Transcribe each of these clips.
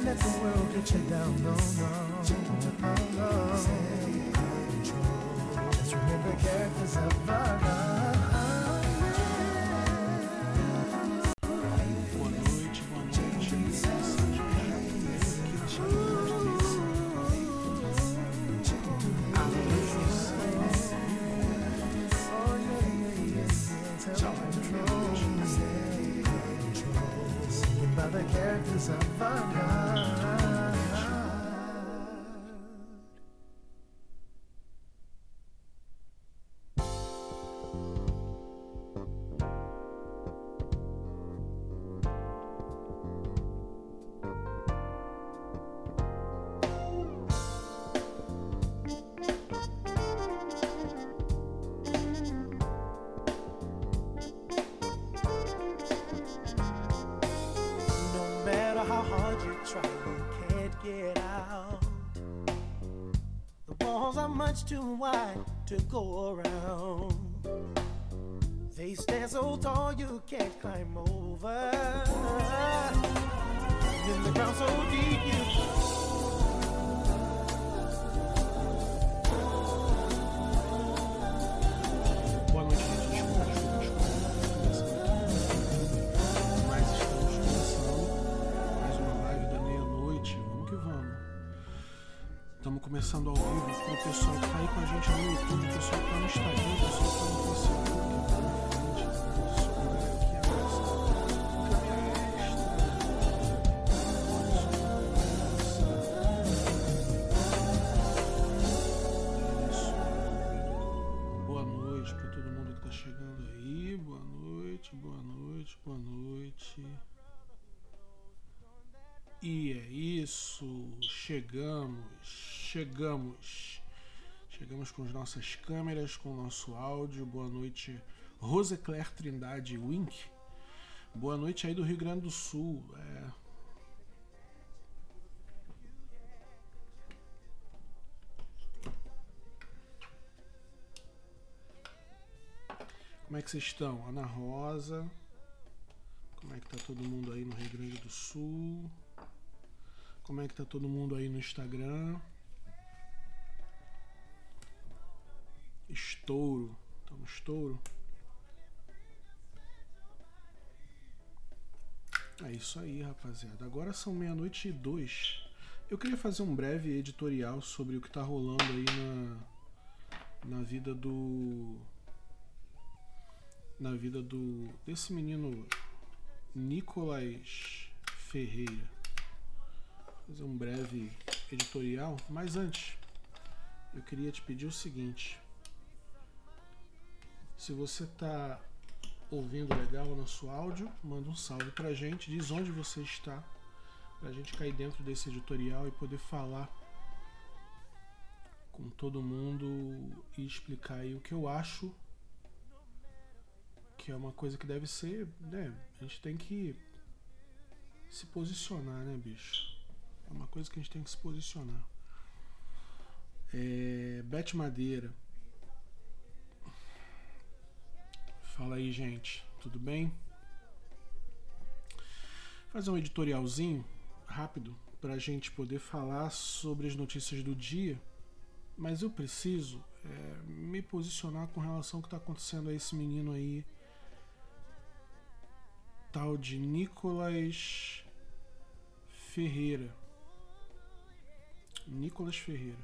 let the world get you down, no, no. Just remember characters of our the characters of our God. How hard you try, you can't get out. The walls are much too wide to go around. They stand so tall you can't climb over. In the ground so deep you Boa noite, gente. Mas estamos começando mais uma live da meia-noite. Vamos que vamos. Estamos começando ao vivo pro pessoal que tá aí com a gente no YouTube, o pessoal que tá no Instagram, o pessoal que tá no Facebook. Boa noite. E é isso, chegamos com as nossas câmeras, com o nosso áudio. Boa noite, Rosecler Trindade Wink. Boa noite aí do Rio Grande do Sul. Como é que vocês estão? Ana Rosa. Como é que tá todo mundo aí no Rio Grande do Sul? Como é que tá todo mundo aí no Instagram? Estouro. Tá no estouro? É isso aí, rapaziada. Agora são 00:02. Eu queria fazer um breve editorial sobre o que tá rolando aí na vida desse menino Nicolas Ferreira. Vou fazer um breve editorial, mas antes eu queria te pedir o seguinte: se você tá ouvindo legal o nosso áudio, manda um salve pra gente, diz onde você está, pra gente cair dentro desse editorial e poder falar com todo mundo e explicar aí o que eu acho que é uma coisa que deve ser, né? A gente tem que se posicionar, né, bicho? É uma coisa que a gente tem que se posicionar. Beth Madeira. Fala aí, gente. Tudo bem? Fazer um editorialzinho rápido pra gente poder falar sobre as notícias do dia, mas eu preciso me posicionar com relação ao que tá acontecendo a esse menino aí, tal de Nicolas Ferreira. Nicolas Ferreira.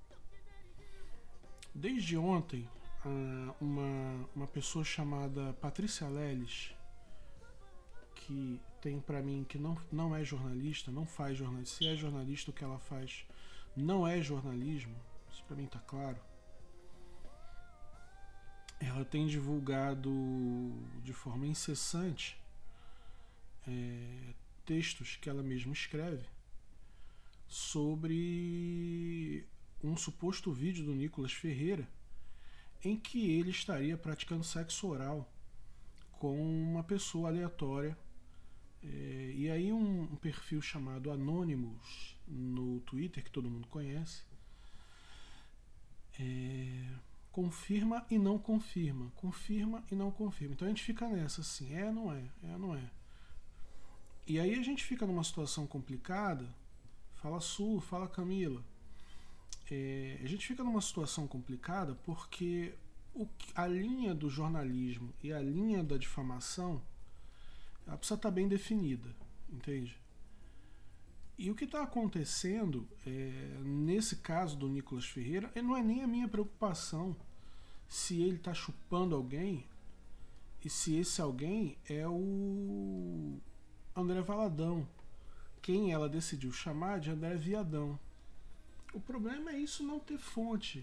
Desde ontem, uma pessoa chamada Patrícia Leles, que tem pra mim que não é jornalista, não faz jornalismo. Se é jornalista, o que ela faz não é jornalismo. Isso pra mim tá claro. Ela tem divulgado de forma incessante textos que ela mesma escreve sobre um suposto vídeo do Nicolas Ferreira em que ele estaria praticando sexo oral com uma pessoa aleatória. E aí um perfil chamado Anonymous no Twitter, que todo mundo conhece, confirma e não confirma, confirma e não confirma. Então a gente fica nessa assim, não é, não é. E aí a gente fica numa situação complicada, fala Su, fala Camila. A gente fica numa situação complicada porque a linha do jornalismo e a linha da difamação, ela precisa estar bem definida, entende? E o que está acontecendo nesse caso do Nicolas Ferreira, não é nem a minha preocupação se ele está chupando alguém e se esse alguém é o André Valadão, quem ela decidiu chamar de André Viadão. O problema é isso não ter fonte.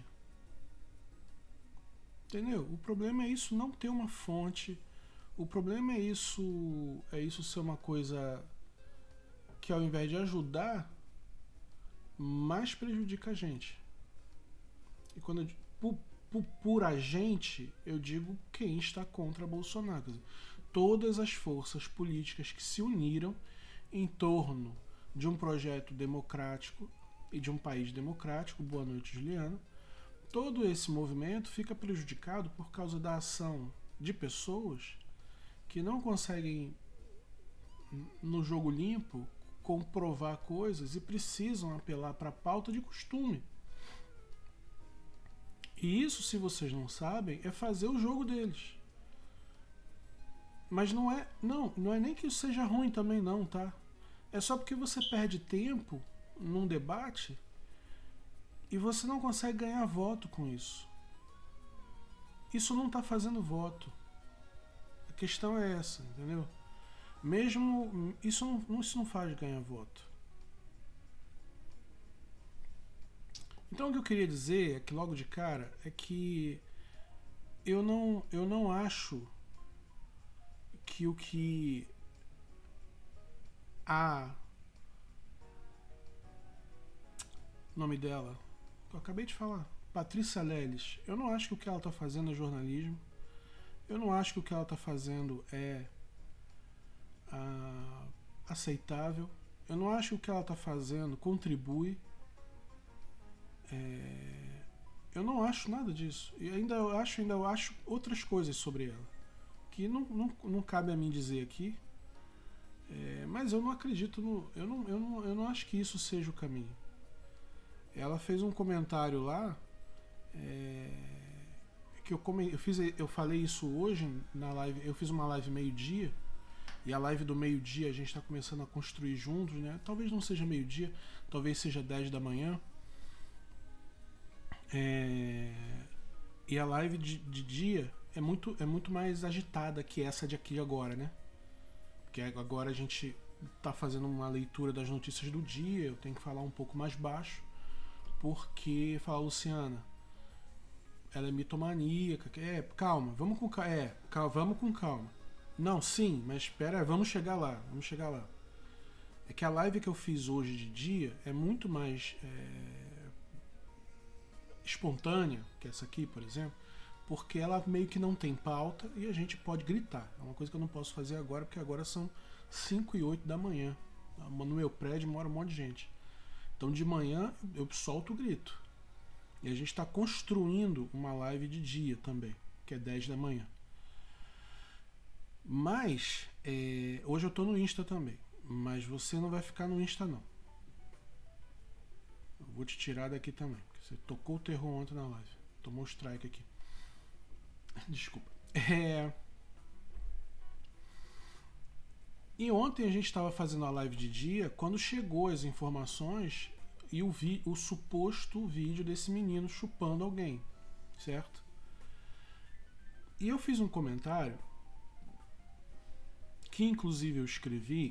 Entendeu? O problema é isso não ter uma fonte. O problema é isso ser uma coisa que, ao invés de ajudar, mais prejudica a gente. E quando eu digo por a gente, eu digo quem está contra Bolsonaro. Quer dizer, todas as forças políticas que se uniram em torno de um projeto democrático e de um país democrático. Boa noite, Juliana. Todo esse movimento fica prejudicado por causa da ação de pessoas que não conseguem, no jogo limpo, comprovar coisas e precisam apelar para a pauta de costume. E isso, se vocês não sabem, é fazer o jogo deles. Mas não é nem que isso seja ruim também não, tá? É só porque você perde tempo num debate e você não consegue ganhar voto com isso. Isso não está fazendo voto. A questão é essa, entendeu? Mesmo isso não faz ganhar voto. Então o que eu queria dizer é que logo de cara é que eu não acho que o que a nome dela, que eu acabei de falar, Patrícia Leles, eu não acho que o que ela está fazendo é jornalismo. Eu não acho que o que ela está fazendo é aceitável. Eu não acho que o que ela está fazendo contribui. Eu não acho nada disso. E ainda eu acho outras coisas sobre ela que não cabe a mim dizer aqui. Mas eu não acredito eu não acho que isso seja o caminho. Ela fez um comentário lá que eu falei isso hoje na live. Eu fiz uma live meio-dia. E a live do meio-dia a gente está começando a construir juntos, né? Talvez não seja meio-dia, talvez seja 10 da manhã. E a live de dia é muito mais agitada que essa de aqui agora, né? Porque agora a gente tá fazendo uma leitura das notícias do dia, eu tenho que falar um pouco mais baixo, porque fala Luciana, ela é mitomaníaca, calma, vamos com calma. Não, sim, mas espera, vamos chegar lá. É que a live que eu fiz hoje de dia é muito mais espontânea que essa aqui, por exemplo, porque ela meio que não tem pauta e a gente pode gritar. É uma coisa que eu não posso fazer agora, porque agora são 5:08 da manhã. No meu prédio mora um monte de gente. Então de manhã eu solto o grito. E a gente está construindo uma live de dia também, que é 10 da manhã. Mas, hoje eu tô no Insta também. Mas você não vai ficar no Insta, não. Eu vou te tirar daqui também. Porque você tocou o terror ontem na live. Tomou o strike aqui. Desculpa. E ontem a gente estava fazendo a live de dia quando chegou as informações e o suposto vídeo desse menino chupando alguém. Certo? E eu fiz um comentário que inclusive eu escrevi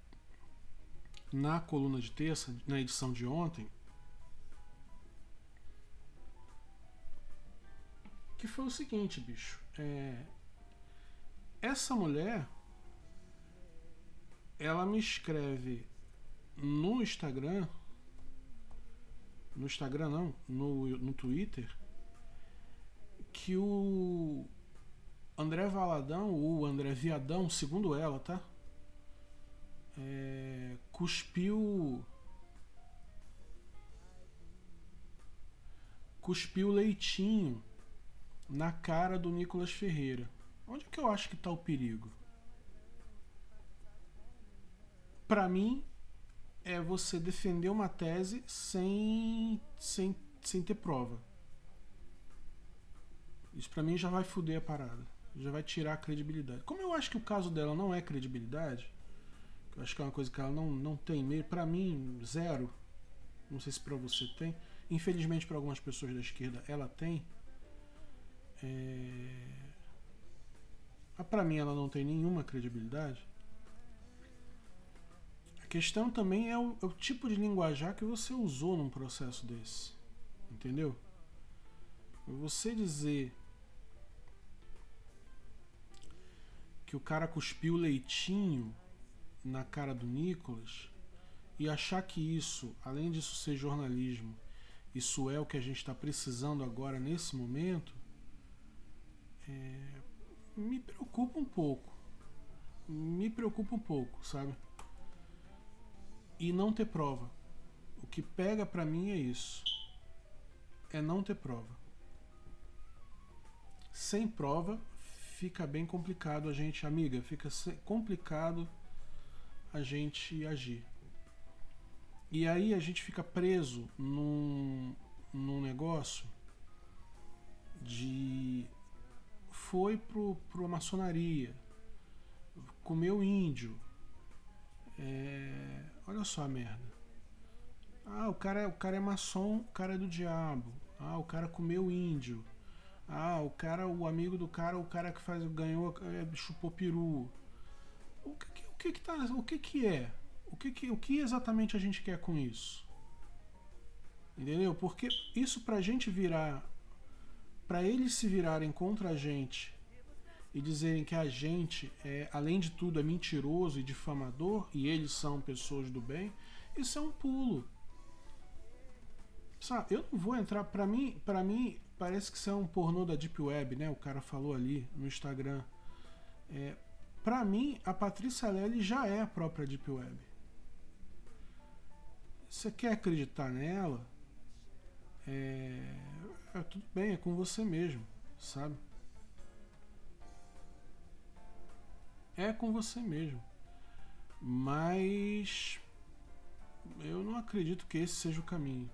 na coluna de terça, na edição de ontem, que foi o seguinte, bicho. Essa mulher, ela me escreve no Instagram não, no Twitter, que o André Valadão, ou André Viadão, segundo ela, tá? Cuspiu leitinho na cara do Nicolas Ferreira. Onde é que eu acho que tá o perigo? Pra mim, é você defender uma tese sem ter prova. Isso pra mim já vai foder a parada. Já vai tirar a credibilidade. Como eu acho que o caso dela não é credibilidade, eu acho que é uma coisa que ela não tem meio, pra mim, zero. Não sei se pra você tem. Infelizmente pra algumas pessoas da esquerda ela tem. Mas pra mim ela não tem nenhuma credibilidade. A questão também é o tipo de linguajar que você usou num processo desse. Entendeu? Você dizer que o cara cuspiu leitinho na cara do Nicolas e achar que isso, além disso ser jornalismo, isso é o que a gente está precisando agora nesse momento, me preocupa um pouco. Me preocupa um pouco, sabe? E não ter prova. O que pega pra mim é isso. É não ter prova. Sem prova fica bem complicado a gente, amiga, fica complicado a gente agir. E aí a gente fica preso num negócio de foi pro maçonaria, comeu índio. Olha só a merda. Ah, o cara é maçom, o cara é do diabo. Ah, o cara comeu índio. Ah, o amigo do cara, o cara que ganhou, chupou peru. O que é? O que exatamente a gente quer com isso? Entendeu? Porque isso pra gente virar, pra eles se virarem contra a gente e dizerem que a gente, além de tudo, é mentiroso e difamador e eles são pessoas do bem, isso é um pulo. Sabe, eu não vou entrar, pra mim parece que isso é um pornô da Deep Web, né? O cara falou ali no Instagram. Pra mim, a Patrícia Lely já é a própria Deep Web. Você quer acreditar nela? Tudo bem, é com você mesmo, sabe? É com você mesmo. Mas eu não acredito que esse seja o caminho.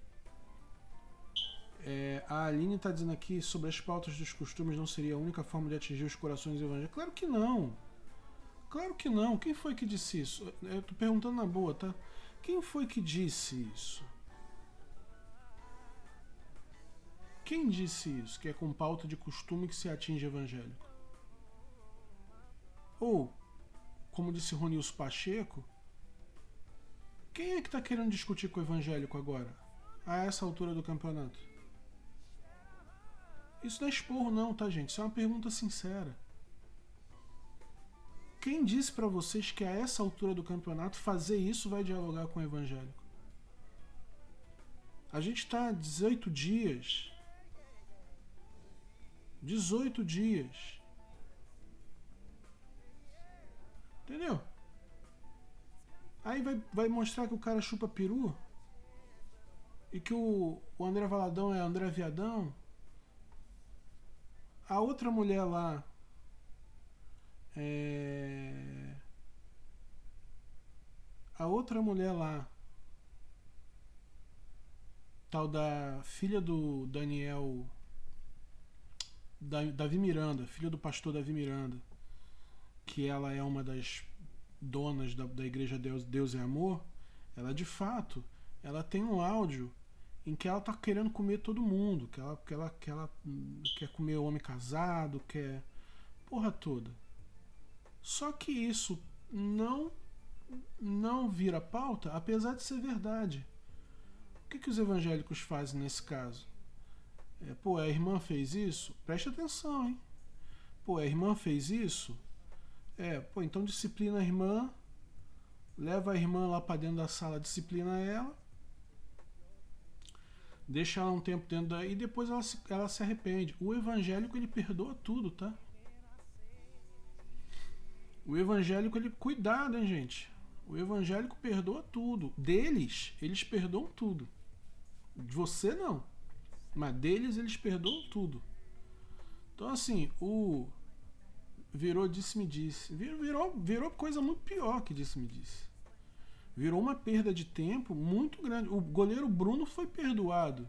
A Aline está dizendo aqui sobre as pautas dos costumes não seria a única forma de atingir os corações evangélicos. Claro que não. Claro que não. Quem foi que disse isso? Eu tô perguntando na boa, tá? Quem foi que disse isso? Quem disse isso? Que é com pauta de costume que se atinge evangélico? Ou, como disse Ronilson Pacheco, quem é que está querendo discutir com o evangélico agora? A essa altura do campeonato? Isso não é esporro não, tá, gente? Isso é uma pergunta sincera. Quem disse pra vocês que a essa altura do campeonato fazer isso vai dialogar com o evangélico? A gente tá 18 dias. 18 dias. Entendeu? Aí vai mostrar que o cara chupa peru? E que o André Valadão é André Viadão? A outra mulher lá, a outra mulher lá, tal da filha do Daniel, Davi Miranda, filha do pastor Davi Miranda, que ela é uma das donas da igreja Deus é Amor, ela de fato, ela tem um áudio em que ela tá querendo comer todo mundo, que ela quer comer homem casado, quer porra toda. Só que isso não vira pauta, apesar de ser verdade. O que os evangélicos fazem nesse caso? A irmã fez isso? Preste atenção, hein? A irmã fez isso? Então disciplina a irmã, leva a irmã lá pra dentro da sala, disciplina ela, deixa ela um tempo dentro daí e depois ela se arrepende. O evangélico, ele perdoa tudo, tá? O evangélico, ele... Cuidado, hein, gente? O evangélico perdoa tudo. Eles perdoam tudo. De você, não. Mas deles, eles perdoam tudo. Então, assim, virou disse-me-disse. Virou coisa muito pior que disse-me-disse. Virou uma perda de tempo muito grande. O goleiro Bruno foi perdoado.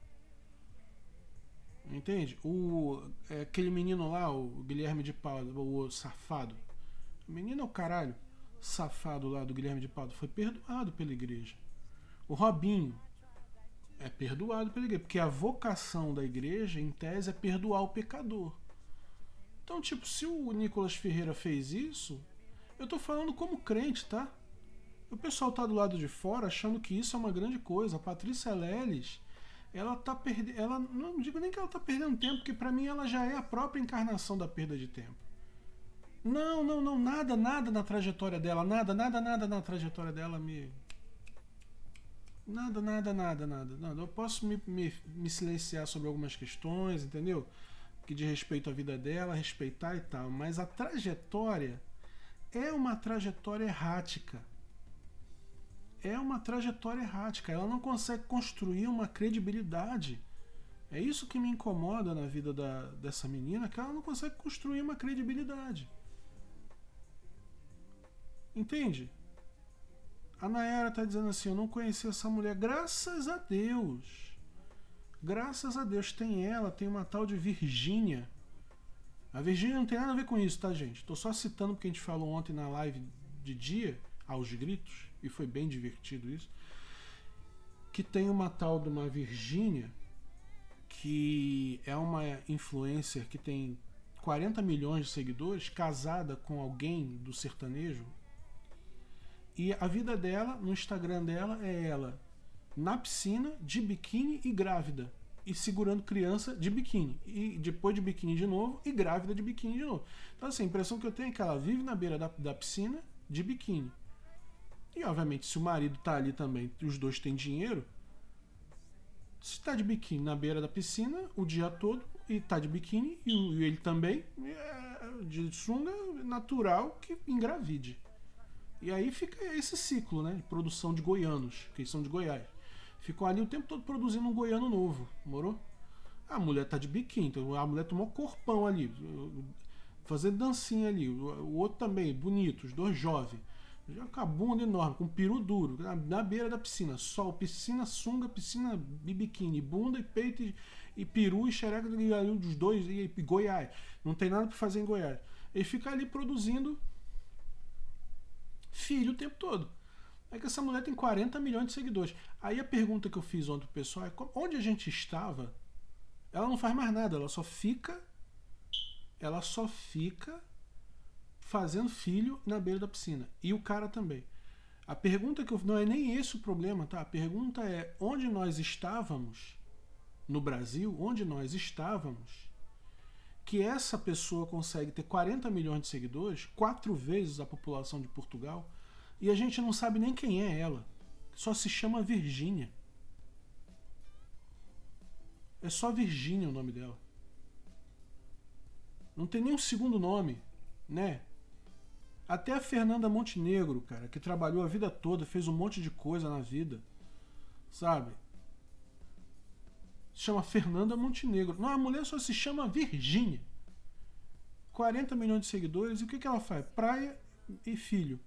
Entende? Aquele menino lá, o Guilherme de Pádua, o safado. O menino é o caralho. Safado lá do Guilherme de Pádua foi perdoado pela igreja. O Robinho é perdoado pela igreja. Porque a vocação da igreja, em tese, é perdoar o pecador. Então, tipo, se o Nicolas Ferreira fez isso, eu tô falando como crente, tá? O pessoal tá do lado de fora achando que isso é uma grande coisa. A Patrícia Leles, ela tá perdendo. Ela não digo nem que ela tá perdendo tempo, porque pra mim ela já é a própria encarnação da perda de tempo. Não, nada na trajetória dela, nada na trajetória dela me. Nada. Eu posso me silenciar sobre algumas questões, entendeu? Que de respeito à vida dela, respeitar e tal. Mas a trajetória é uma trajetória errática. Ela não consegue construir uma credibilidade. É isso que me incomoda na vida dessa menina, que ela não consegue construir uma credibilidade. Entende? A Nayara tá dizendo assim, eu não conheci essa mulher. Graças a Deus. Tem ela, tem uma tal de Virgínia. A Virgínia não tem nada a ver com isso, tá, gente? Tô só citando porque a gente falou ontem na live de dia, aos gritos, e foi bem divertido isso, que tem uma tal de uma Virgínia, que é uma influencer que tem 40 milhões de seguidores, casada com alguém do sertanejo, e a vida dela, no Instagram dela, é ela na piscina, de biquíni e grávida, e segurando criança de biquíni, e depois de biquíni de novo, e grávida de biquíni de novo. Então assim, a impressão que eu tenho é que ela vive na beira da piscina, de biquíni. E obviamente, se o marido tá ali também, os dois têm dinheiro, se tá de biquíni na beira da piscina o dia todo, e tá de biquíni, e ele também, de sunga, natural que engravide. E aí fica esse ciclo, né? De produção de goianos, que são de Goiás. Ficam ali o tempo todo produzindo um goiano novo, morou? A mulher tá de biquíni, então a mulher tomou corpão ali, fazendo dancinha ali. O outro também, bonito, os dois jovens. Já com a bunda enorme, com o peru duro, na beira da piscina. Sol, piscina, sunga, piscina, biquíni, bunda e peito e peru e xereca dos dois e Goiás. Não tem nada pra fazer em Goiás. Ele fica ali produzindo filho o tempo todo. É que essa mulher tem 40 milhões de seguidores. Aí a pergunta que eu fiz ontem pro pessoal é onde a gente estava? Ela não faz mais nada, ela só fica fazendo filho na beira da piscina. E o cara também. A pergunta que eu... Não é nem esse o problema, tá? A pergunta é onde nós estávamos no Brasil, onde nós estávamos, que essa pessoa consegue ter 40 milhões de seguidores, 4 vezes a população de Portugal, e a gente não sabe nem quem é ela. Só se chama Virgínia. É só Virgínia o nome dela. Não tem nem um segundo nome, né? Até a Fernanda Montenegro, cara, que trabalhou a vida toda, fez um monte de coisa na vida, sabe? Se chama Fernanda Montenegro. Não, a mulher só se chama Virgínia. 40 milhões de seguidores, e o que ela faz? Praia e filho.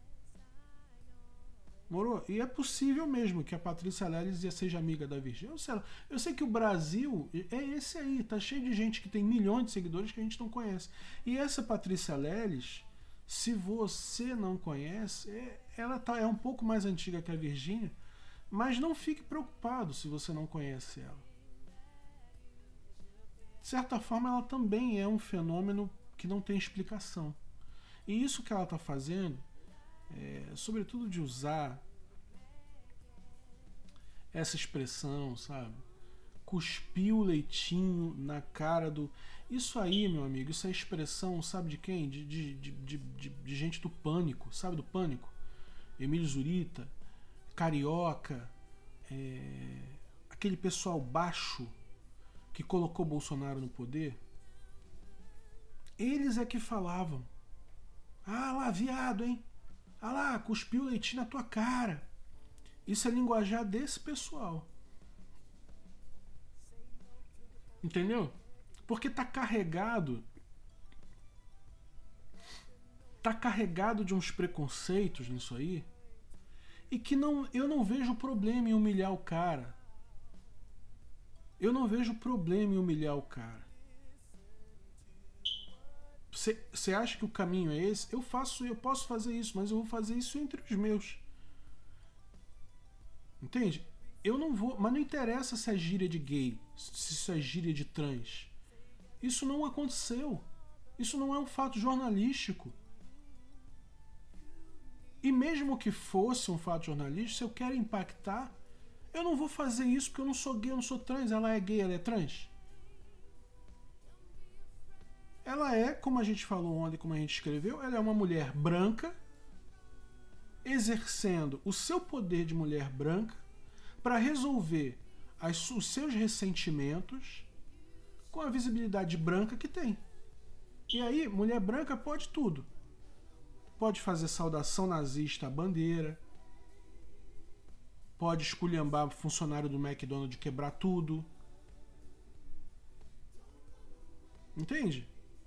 Morou? E é possível mesmo que a Patrícia Leles seja amiga da Virgínia. Eu sei que o Brasil é esse aí, tá cheio de gente que tem milhões de seguidores que a gente não conhece. E essa Patrícia Leles, se você não conhece, ela é um pouco mais antiga que a Virgínia, mas não fique preocupado se você não conhece ela. De certa forma, ela também é um fenômeno que não tem explicação. E isso que ela está fazendo, sobretudo de usar essa expressão, sabe? Cuspiu o leitinho na cara do... Isso aí, meu amigo, isso é expressão, sabe de quem? De gente do Pânico, sabe do Pânico? Emílio Zurita, Carioca, aquele pessoal baixo que colocou Bolsonaro no poder. Eles é que falavam: ah lá, viado, hein? Ah lá, cuspiu leitinho na tua cara. Isso é linguajar desse pessoal. Entendeu? Porque tá carregado de uns preconceitos nisso aí, E que eu não vejo problema em humilhar o cara. Eu não vejo problema em humilhar o cara. Você acha que o caminho é esse? Eu posso fazer isso, mas eu vou fazer isso entre os meus. Entende? Eu não vou... Mas não interessa se é gíria de gay, se isso é gíria de trans. Isso não aconteceu. Isso não é um fato jornalístico. E mesmo que fosse um fato jornalístico, se eu quero impactar, eu não vou fazer isso porque eu não sou gay, eu não sou trans. Ela é gay, ela é trans. Ela é, como a gente falou ontem, como a gente escreveu, ela é uma mulher branca, exercendo o seu poder de mulher branca para resolver os seus ressentimentos com a visibilidade branca que tem. E aí, mulher branca pode tudo. Pode fazer saudação nazista à bandeira, pode esculhambar funcionário do McDonald's, quebrar tudo. Entende?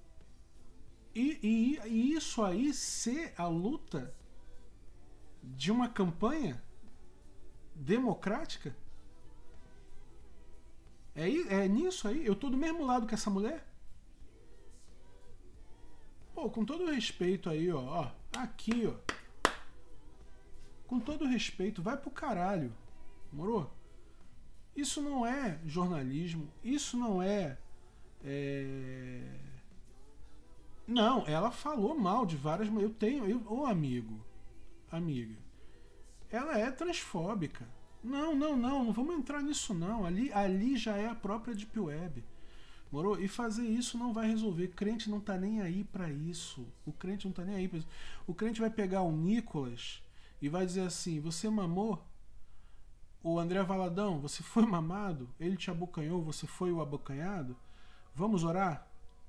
E isso aí ser a luta de uma campanha democrática? É nisso aí? Eu tô do mesmo lado que essa mulher? Pô, com todo respeito aí, ó. Aqui, ó. Com todo respeito, vai pro caralho. Moro? Isso não é jornalismo. Isso não é... Não, ela falou mal de várias... Ô, amiga. Ela é transfóbica. Não vamos entrar nisso não. Ali já é a própria Deep Web. Morou? E fazer isso não vai resolver. Crente não tá nem aí pra isso. O crente não tá nem aí pra isso. O crente vai pegar o Nicolas e vai dizer assim: você mamou? O André Valadão, você foi mamado? Ele te abocanhou, você foi o abocanhado? Vamos orar?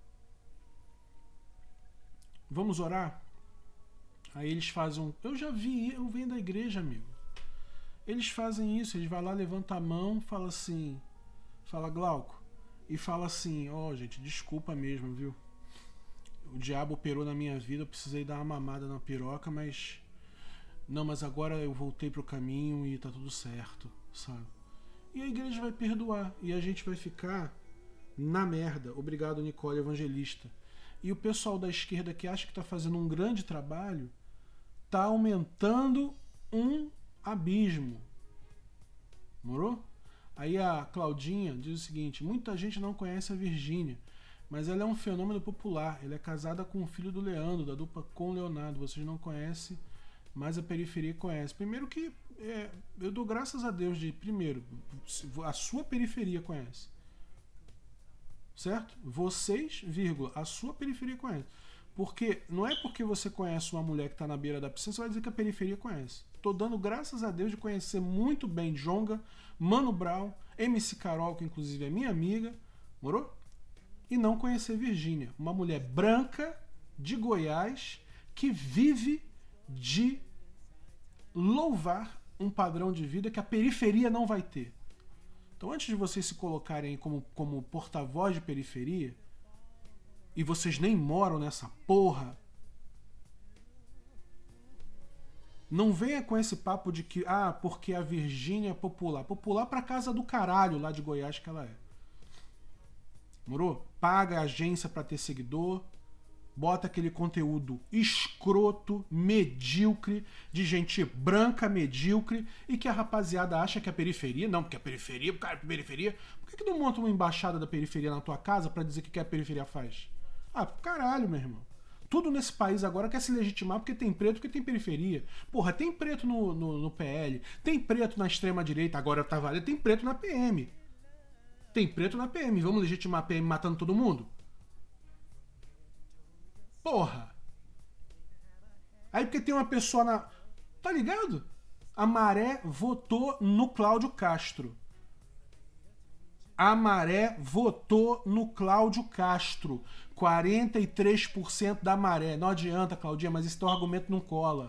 Vamos orar? Aí eles fazem eu venho da igreja, amigo. Eles fazem isso, eles vão lá, levantam a mão, fala assim, fala Glauco, e fala assim, gente, desculpa mesmo, viu? O diabo operou na minha vida, eu precisei dar uma mamada na piroca, mas agora eu voltei pro caminho e tá tudo certo, sabe? E a igreja vai perdoar, e a gente vai ficar na merda. Obrigado, Nicole Evangelista. E o pessoal da esquerda que acha que tá fazendo um grande trabalho, tá aumentando um abismo. Morou? Aí a Claudinha diz o seguinte: muita gente não conhece a Virgínia, mas ela é um fenômeno popular. Ela é casada com o filho do Leandro, da dupla com Leonardo. Vocês não conhecem, mas a periferia conhece. Primeiro que eu dou graças a Deus primeiro, a sua periferia conhece. Certo? Vocês, a sua periferia conhece. Porque não é porque você conhece uma mulher que está na beira da piscina, você vai dizer que a periferia conhece. Tô dando graças a Deus de conhecer muito bem Djonga, Mano Brown, MC Carol, que inclusive é minha amiga, morou? E não conhecer Virgínia, uma mulher branca de Goiás que vive de louvar um padrão de vida que a periferia não vai ter. Então, antes de vocês se colocarem aí como porta-voz de periferia, e vocês nem moram nessa porra, não venha com esse papo de que, porque a Virgínia é popular. Popular pra casa do caralho lá de Goiás que ela é. Morou? Paga a agência pra ter seguidor, bota aquele conteúdo escroto, medíocre, de gente branca, medíocre, e que a rapaziada acha que a periferia... Não, porque a periferia, o cara, periferia... Por que não monta uma embaixada da periferia na tua casa pra dizer o que a periferia faz? Caralho, meu irmão. Tudo nesse país agora quer se legitimar porque tem preto, porque tem periferia. Porra, tem preto no PL, tem preto na extrema-direita, agora tá valendo, tem preto na PM. Tem preto na PM. Vamos legitimar a PM matando todo mundo? Porra! Aí porque tem uma pessoa na... Tá ligado? A Maré votou no Cláudio Castro. A Maré votou no Cláudio Castro. 43% da Maré. Não adianta, Claudinha, mas esse teu argumento não cola.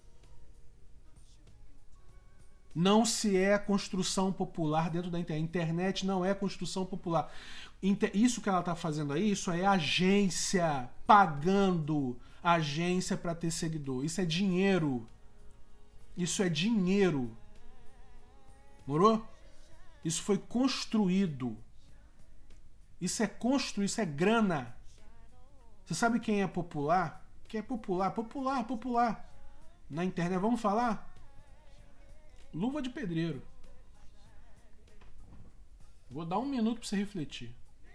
Não se é construção popular dentro da internet. A internet não é construção popular. Isso que ela está fazendo aí, isso é agência pagando agência para ter seguidor. Isso é dinheiro. Isso é dinheiro. Morou? Isso foi construído. Isso é construído, isso é grana. Você sabe quem é popular? Quem é popular? Popular. Na internet, vamos falar? Luva de pedreiro. Vou dar 1 minuto pra você refletir.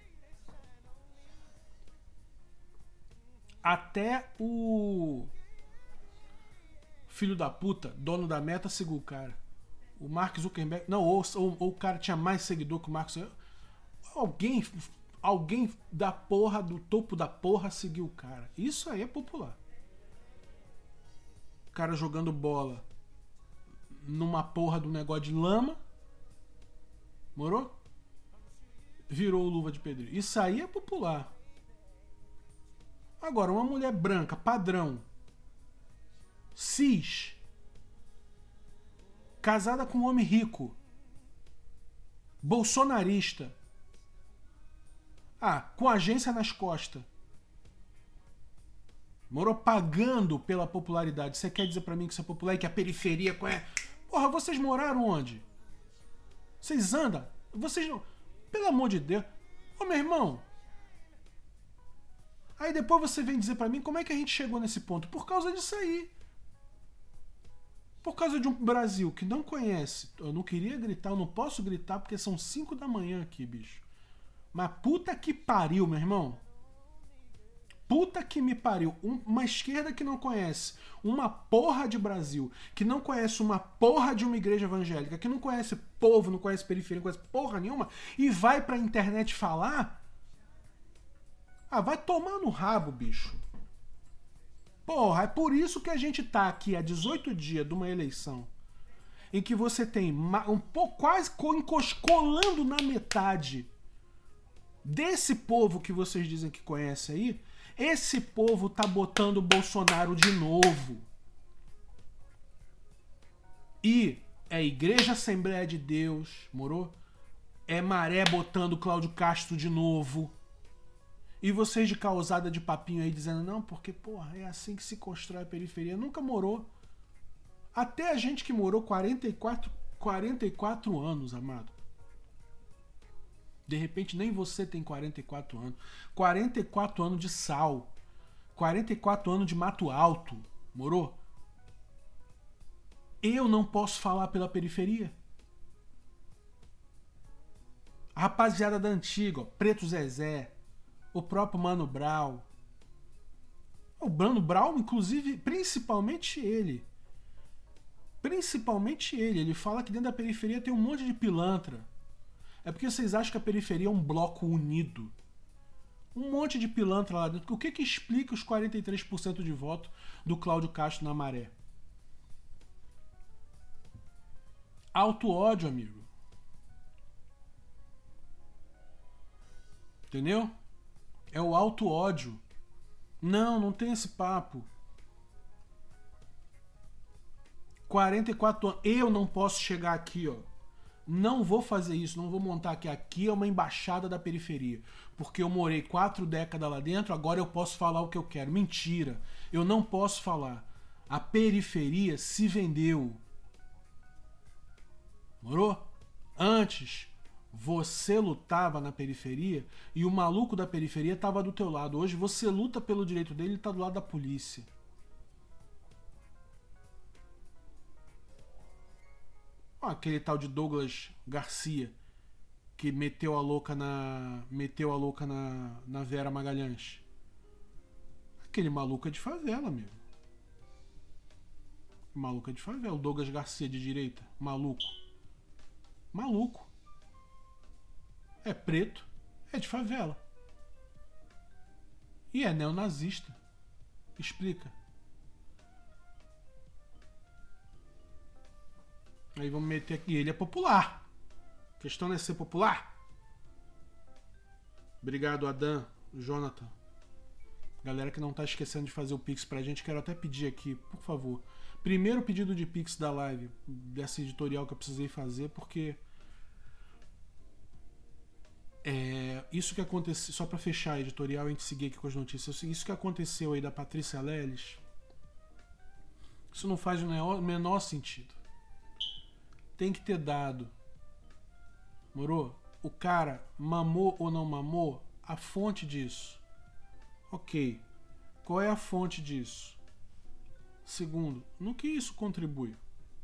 Até o filho da puta, dono da Meta, seguiu o cara. O Mark Zuckerberg... Não, ou o cara tinha mais seguidor que o Mark Zuckerberg. Alguém da porra, do topo da porra, seguiu o cara. Isso aí é popular. O cara jogando bola numa porra do negócio de lama. Morou? Virou luva de pedreiro. Isso aí é popular. Agora, uma mulher branca, padrão, cis, casada com um homem rico, bolsonarista, com agência nas costas, morou pagando pela popularidade. Você quer dizer pra mim que isso é popular e que a periferia... Porra, vocês moraram onde? Vocês andam? Vocês não... Pelo amor de Deus. Ô, meu irmão. Aí depois você vem dizer pra mim como é que a gente chegou nesse ponto. Por causa disso aí. Por causa de um Brasil que não conhece. Eu não queria gritar, eu não posso gritar porque são 5 da manhã aqui, bicho. Mas puta que pariu, meu irmão. Puta que me pariu. Uma esquerda que não conhece uma porra de Brasil, que não conhece uma porra de uma igreja evangélica, que não conhece povo, não conhece periferia, não conhece porra nenhuma, e vai pra internet falar... vai tomar no rabo, bicho. Porra, é por isso que a gente tá aqui há 18 dias de uma eleição em que você tem um pouco, quase colando na metade desse povo que vocês dizem que conhece aí. Esse povo tá botando o Bolsonaro de novo. E é Igreja Assembleia de Deus, morou? É Maré botando Cláudio Castro de novo. E vocês de causada de papinho aí dizendo, não, porque, porra, é assim que se constrói a periferia. Nunca morou. Até a gente que morou 44 anos, amado. De repente nem você tem 44 anos. 44 anos de sal. 44 anos de Mato Alto. Morou? Eu não posso falar pela periferia. A rapaziada da antiga, ó, Preto Zezé, o próprio Mano Brown. O Mano Brown, inclusive, principalmente ele. Ele fala que dentro da periferia tem um monte de pilantra. É porque vocês acham que a periferia é um bloco unido. Um monte de pilantra lá dentro. O que explica os 43% de voto do Cláudio Castro na Maré? Auto-ódio, amigo. Entendeu? É o auto-ódio. Não tem esse papo. 44 anos. Eu não posso chegar aqui, ó. Não vou fazer isso, não vou montar aqui. Aqui é uma embaixada da periferia. Porque eu morei 4 décadas lá dentro, agora eu posso falar o que eu quero. Mentira. Eu não posso falar. A periferia se vendeu. Morou? Antes, você lutava na periferia e o maluco da periferia estava do teu lado. Hoje você luta pelo direito dele e está do lado da polícia. Aquele tal de Douglas Garcia que meteu a louca na Vera Magalhães. Aquele maluco é de favela, amigo. Maluco é de favela. O Douglas Garcia de direita, maluco. É preto, é de favela. E é neonazista. Explica. Aí vamos meter aqui. Ele é popular. A questão não é ser popular. Obrigado, Adam, Jonathan. Galera que não tá esquecendo de fazer o Pix pra gente, quero até pedir aqui, por favor. Primeiro pedido de Pix da live, dessa editorial que eu precisei fazer, porque isso que aconteceu, só pra fechar a editorial e a gente seguir aqui com as notícias, isso que aconteceu aí da Patrícia Leles, Isso não faz o menor sentido. Tem que ter dado. Moro? O cara mamou ou não mamou? A fonte disso. Ok. Qual é a fonte disso? Segundo, no que isso contribui?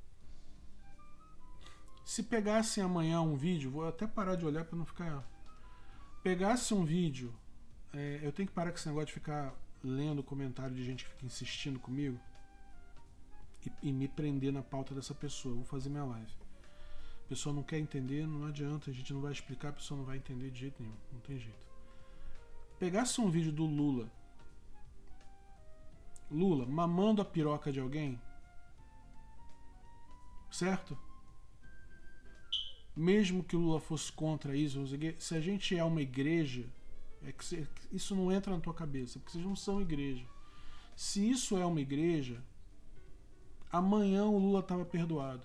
Se pegassem amanhã um vídeo, vou até parar de olhar para não ficar... Pegasse um vídeo, eu tenho que parar com esse negócio de ficar lendo comentário de gente que fica insistindo comigo e me prender na pauta dessa pessoa. Eu vou fazer minha live. A pessoa não quer entender, não adianta, a gente não vai explicar, a pessoa não vai entender de jeito nenhum, não tem jeito. Pegasse um vídeo do Lula mamando a piroca de alguém, certo? Mesmo que o Lula fosse contra isso, se a gente é uma igreja, isso não entra na tua cabeça, porque vocês não são igreja. Se isso é uma igreja, amanhã o Lula estava perdoado.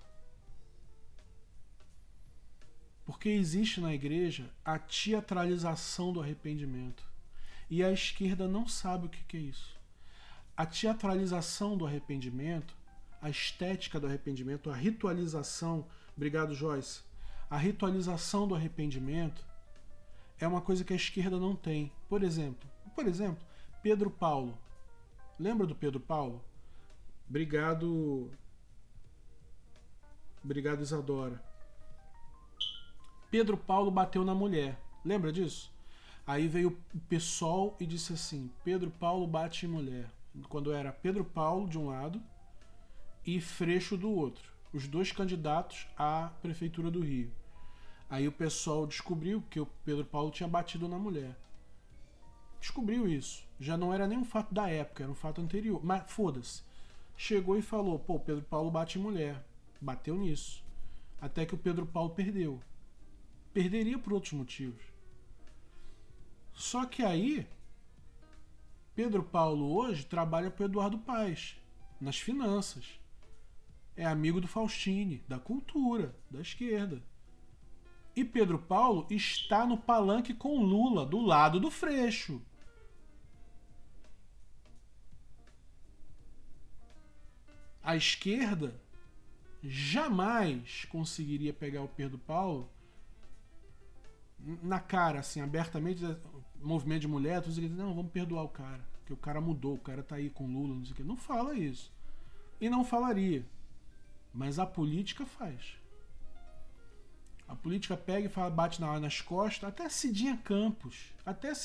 Porque existe na igreja a teatralização do arrependimento. E a esquerda não sabe o que é isso. A teatralização do arrependimento, a estética do arrependimento, a ritualização... Obrigado, Joyce. A ritualização do arrependimento é uma coisa que a esquerda não tem. Por exemplo, Pedro Paulo. Lembra do Pedro Paulo? Obrigado, Isadora. Pedro Paulo bateu na mulher. Lembra disso? Aí veio o PSOL e disse assim: Pedro Paulo bate em mulher. Quando era Pedro Paulo de um lado e Freixo do outro. Os dois candidatos à Prefeitura do Rio. Aí o PSOL descobriu que o Pedro Paulo tinha batido na mulher. Descobriu isso. Já não era nem um fato da época, era um fato anterior. Mas foda-se. Chegou e falou: pô, Pedro Paulo bate em mulher. Bateu nisso. Até que o Pedro Paulo perdeu. Perderia por outros motivos. Só que aí, Pedro Paulo hoje trabalha para o Eduardo Paes, nas finanças. É amigo do Faustini, da cultura, da esquerda. E Pedro Paulo está no palanque com Lula, do lado do Freixo. A esquerda jamais conseguiria pegar o Pedro Paulo na cara, assim, abertamente, movimento de mulher, tudo isso, não, vamos perdoar o cara, porque o cara mudou, o cara tá aí com Lula, não sei o que. Não fala isso. E não falaria. Mas a política faz. A política pega e fala, bate nas costas, até Cidinha Campos.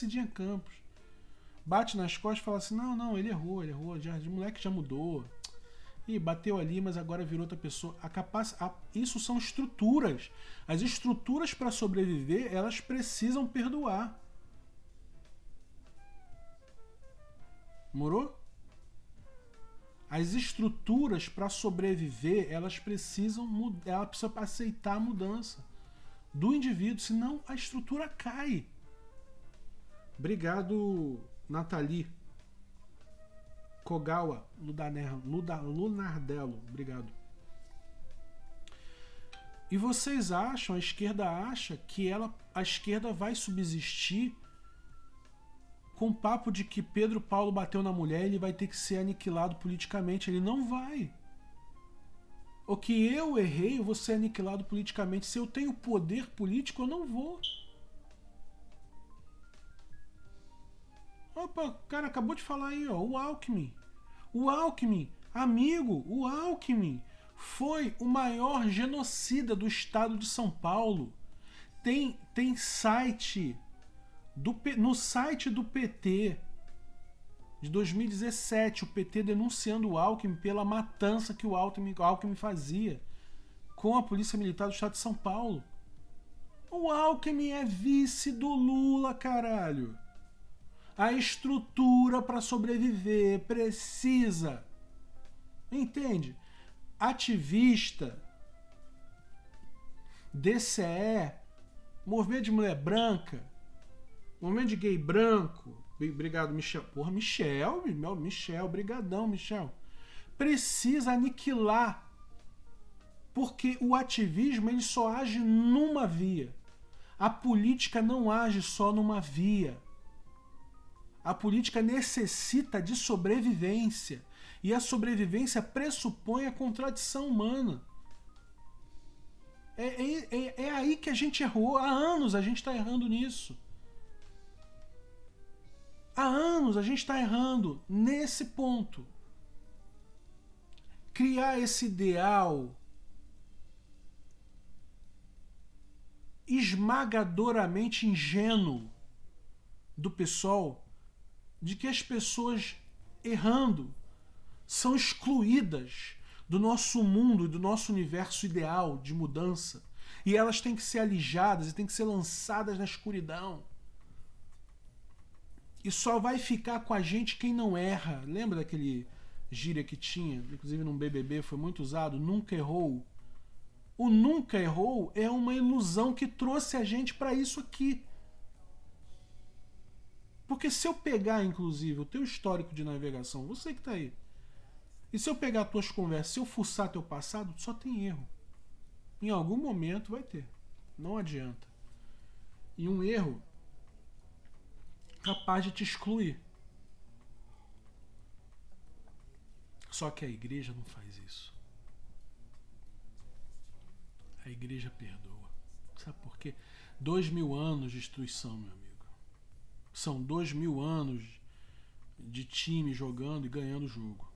Bate nas costas e fala assim, não, ele errou, já, de moleque já mudou. E bateu ali, mas agora virou outra pessoa. Isso são estruturas. As estruturas para sobreviver, elas precisam perdoar. Morou? As estruturas para sobreviver, elas precisam mudar, ela precisa aceitar a mudança do indivíduo, senão a estrutura cai. Obrigado, Nathalie. Kogawa, Lunardello, obrigado. E vocês acham, a esquerda acha que a esquerda vai subsistir com o papo de que Pedro Paulo bateu na mulher e ele vai ter que ser aniquilado politicamente? Ele não vai. O que eu errei, eu vou ser aniquilado politicamente. Se eu tenho poder político, eu não vou. Opa, o cara acabou de falar aí, ó, o Alckmin. O Alckmin, amigo, o Alckmin foi o maior genocida do estado de São Paulo. Tem site no site do PT de 2017, o PT denunciando o Alckmin pela matança que o Alckmin fazia com a Polícia Militar do estado de São Paulo. O Alckmin é vice do Lula, caralho. A estrutura para sobreviver precisa. Entende? Ativista, DCE, movimento de mulher branca, movimento de gay branco. Obrigado, Michel. Porra, Michel, brigadão, Michel. Precisa aniquilar. Porque o ativismo ele só age numa via. A política não age só numa via. A política necessita de sobrevivência. E a sobrevivência pressupõe a contradição humana. É aí que a gente errou. Há anos a gente está errando nisso. Há anos a gente está errando nesse ponto. Criar esse ideal esmagadoramente ingênuo do pessoal de que as pessoas errando são excluídas do nosso mundo e do nosso universo ideal de mudança. E elas têm que ser alijadas e têm que ser lançadas na escuridão. E só vai ficar com a gente quem não erra. Lembra daquele gíria que tinha, inclusive num BBB foi muito usado, nunca errou? O nunca errou é uma ilusão que trouxe a gente para isso aqui. Porque se eu pegar, inclusive, o teu histórico de navegação, você que está aí, e se eu pegar as tuas conversas, se eu fuçar teu passado, só tem erro. Em algum momento vai ter. Não adianta. E um erro capaz de te excluir. Só que a igreja não faz isso. A igreja perdoa. Sabe por quê? 2000 anos de destruição, meu amigo. São 2000 anos de time jogando e ganhando o jogo.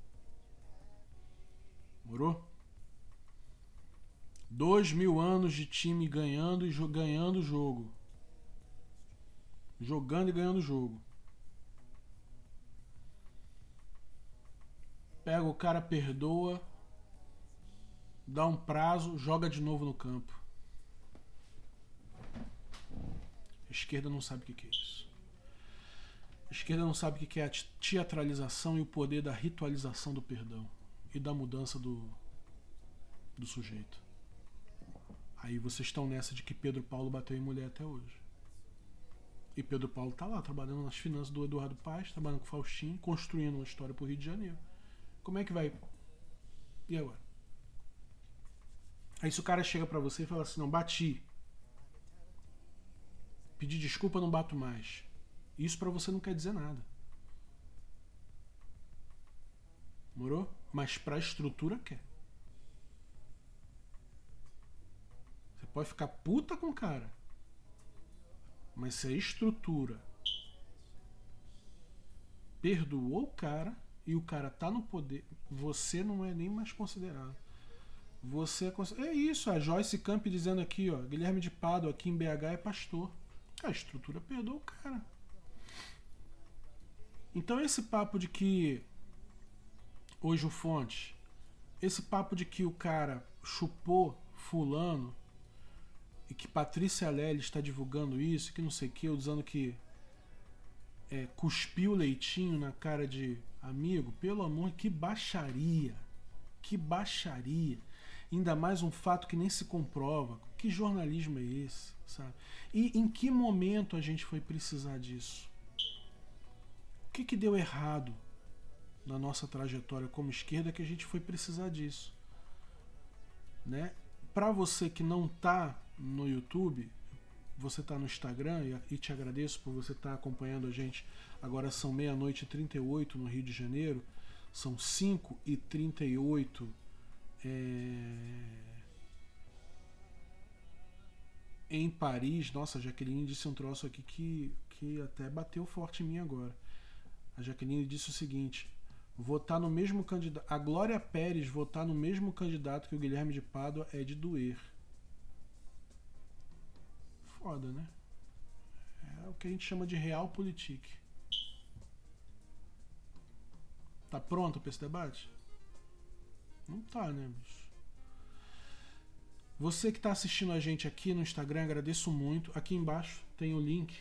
Morou? 2000 anos de time ganhando e ganhando o jogo. Jogando e ganhando o jogo. Pega o cara, perdoa, dá um prazo, joga de novo no campo. A esquerda não sabe o que é isso. A esquerda não sabe o que é a teatralização e o poder da ritualização do perdão e da mudança do sujeito. Aí vocês estão nessa de que Pedro Paulo bateu em mulher até hoje. E Pedro Paulo está lá, trabalhando nas finanças do Eduardo Paes, trabalhando com o Faustinho, construindo uma história pro Rio de Janeiro. Como é que vai? E agora? Aí se o cara chega pra você e fala assim, não, bati. Pedir desculpa, não bato mais. Isso pra você não quer dizer nada. Morou? Mas pra estrutura quer. Você pode ficar puta com o cara. Mas se a estrutura perdoou o cara e o cara tá no poder, você não é nem mais considerado. Você é isso, a Joyce Camp dizendo aqui, ó, Guilherme de Pádua aqui em BH é pastor. A estrutura perdoou o cara. Então esse papo de que hoje o Fonte, esse papo de que o cara chupou fulano e que Patrícia Lely está divulgando isso, que não sei o que, usando que cuspiu leitinho na cara de amigo, pelo amor, que baixaria. Que baixaria. Ainda mais um fato que nem se comprova. Que jornalismo é esse, sabe? E em que momento a gente foi precisar disso? O que deu errado na nossa trajetória como esquerda que a gente foi precisar disso? Né? Para você que não tá no YouTube, você tá no Instagram, e te agradeço por você estar acompanhando a gente. Agora são 00:38 no Rio de Janeiro, são 5:38 em Paris. Nossa, a Jaqueline disse um troço aqui que até bateu forte em mim agora. A Jaqueline disse o seguinte: votar no mesmo candidato, a Glória Pérez votar no mesmo candidato que o Guilherme de Pádua é de doer. Foda, né? É o que a gente chama de realpolitik. Tá pronto pra esse debate? Não tá, né, bicho? Você que tá assistindo a gente aqui no Instagram, agradeço muito. Aqui embaixo tem o link.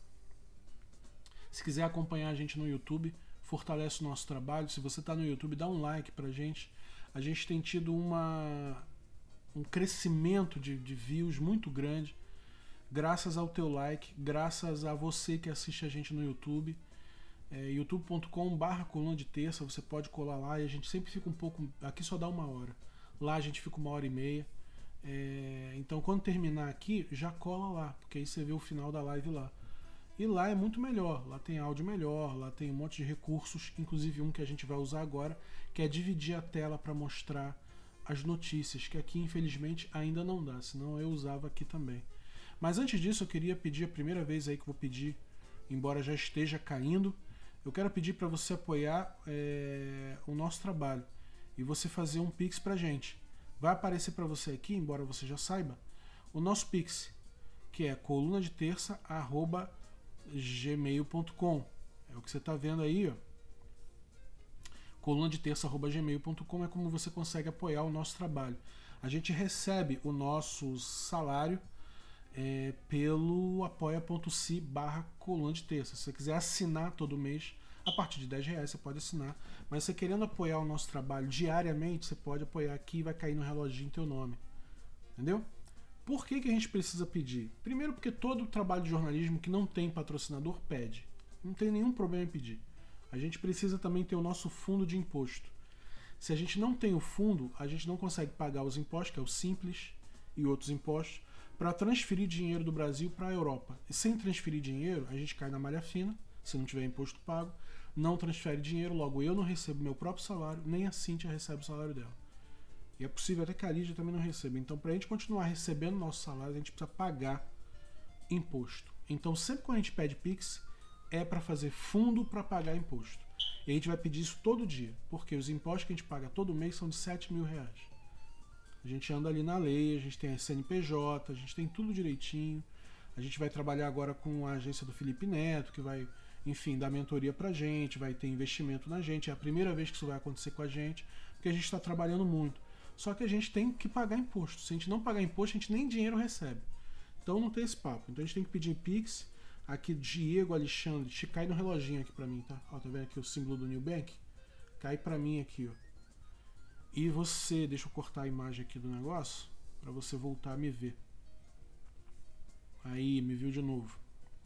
Se quiser acompanhar a gente no YouTube, fortalece o nosso trabalho. Se você tá no YouTube, dá um like pra gente. A gente tem tido um crescimento de views muito grande. Graças ao teu like, graças a você que assiste a gente no YouTube. youtube.com/coluna de terça, você pode colar lá e a gente sempre fica um pouco... Aqui só dá 1 hora. Lá a gente fica 1h30. Então quando terminar aqui, já cola lá, porque aí você vê o final da live lá. E lá é muito melhor, lá tem áudio melhor, lá tem um monte de recursos, inclusive um que a gente vai usar agora, que é dividir a tela para mostrar as notícias, que aqui infelizmente ainda não dá, senão eu usava aqui também. Mas antes disso eu queria pedir, a primeira vez aí que vou pedir, embora já esteja caindo, eu quero pedir para você apoiar o nosso trabalho e você fazer um Pix pra gente. Vai aparecer para você aqui, embora você já saiba, o nosso Pix, que é colunadeterça@gmail.com. É o que você está vendo aí, ó. colunadeterça@gmail.com é como você consegue apoiar o nosso trabalho. A gente recebe o nosso salário pelo apoia.se/coluna de terça. Se você quiser assinar todo mês, a partir de R$10 você pode assinar. Mas você querendo apoiar o nosso trabalho diariamente, você pode apoiar aqui e vai cair no reloginho teu nome. Entendeu? Por que a gente precisa pedir? Primeiro porque todo trabalho de jornalismo que não tem patrocinador pede. Não tem nenhum problema em pedir. A gente precisa também ter o nosso fundo de imposto. Se a gente não tem o fundo, a gente não consegue pagar os impostos, que é o Simples e outros impostos, para transferir dinheiro do Brasil para a Europa. E sem transferir dinheiro, a gente cai na malha fina, se não tiver imposto pago, não transfere dinheiro, logo eu não recebo meu próprio salário, nem a Cíntia recebe o salário dela. E é possível até que a Lídia também não receba. Então, para a gente continuar recebendo nosso salário, a gente precisa pagar imposto. Então, sempre que a gente pede Pix, é para fazer fundo para pagar imposto. E a gente vai pedir isso todo dia, porque os impostos que a gente paga todo mês são de R$7.000. A gente anda ali na lei, a gente tem a CNPJ, a gente tem tudo direitinho. A gente vai trabalhar agora com a agência do Felipe Neto, que vai, enfim, dar mentoria pra gente, vai ter investimento na gente. É a primeira vez que isso vai acontecer com a gente, porque a gente está trabalhando muito. Só que a gente tem que pagar imposto. Se a gente não pagar imposto, a gente nem dinheiro recebe. Então não tem esse papo. Então a gente tem que pedir Pix. Aqui, Diego Alexandre, cai no reloginho aqui pra mim, tá? Ó, tá vendo aqui o símbolo do New Bank? Cai pra mim aqui, ó. E você, deixa eu cortar a imagem aqui do negócio, pra você voltar a me ver. Aí, me viu de novo.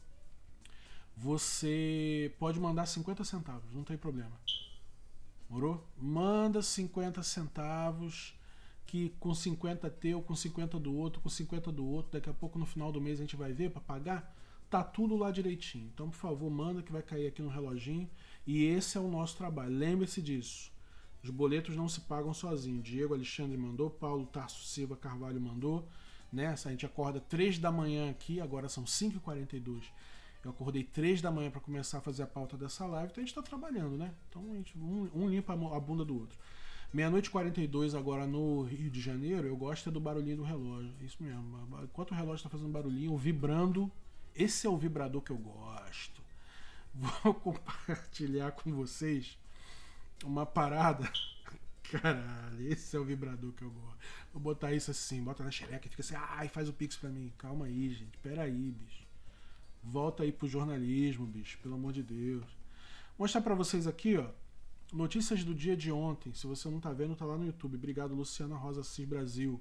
Você pode mandar 50 centavos, não tem problema. Morou? Manda 50 centavos, que com 50 teu, com 50 do outro, com 50 do outro, daqui a pouco no final do mês a gente vai ver pra pagar. Tá tudo lá direitinho. Então, por favor, manda que vai cair aqui no reloginho. E esse é o nosso trabalho. Lembre-se disso. Os boletos não se pagam sozinhos. Diego Alexandre mandou, Paulo Tarso Silva Carvalho mandou. Né? A gente acorda 3 da manhã aqui, agora são 5h42. Eu acordei 3 da manhã para começar a fazer a pauta dessa live, então a gente está trabalhando, né? Então a gente, um limpa a bunda do outro. 00h42 agora no Rio de Janeiro, eu gosto do barulhinho do relógio. É isso mesmo. Enquanto o relógio está fazendo barulhinho, vibrando, esse é o vibrador que eu gosto. Vou compartilhar com vocês uma parada. Caralho, esse é o vibrador que eu gosto. Vou botar isso assim, bota na xereca e fica assim, ai, faz o Pix pra mim. Calma aí, gente, pera aí, bicho. Volta aí pro jornalismo, bicho, pelo amor de Deus. Vou mostrar pra vocês aqui, ó, notícias do dia de ontem. Se você não tá vendo, tá lá no YouTube. Obrigado, Luciana Rosa Cis Brasil.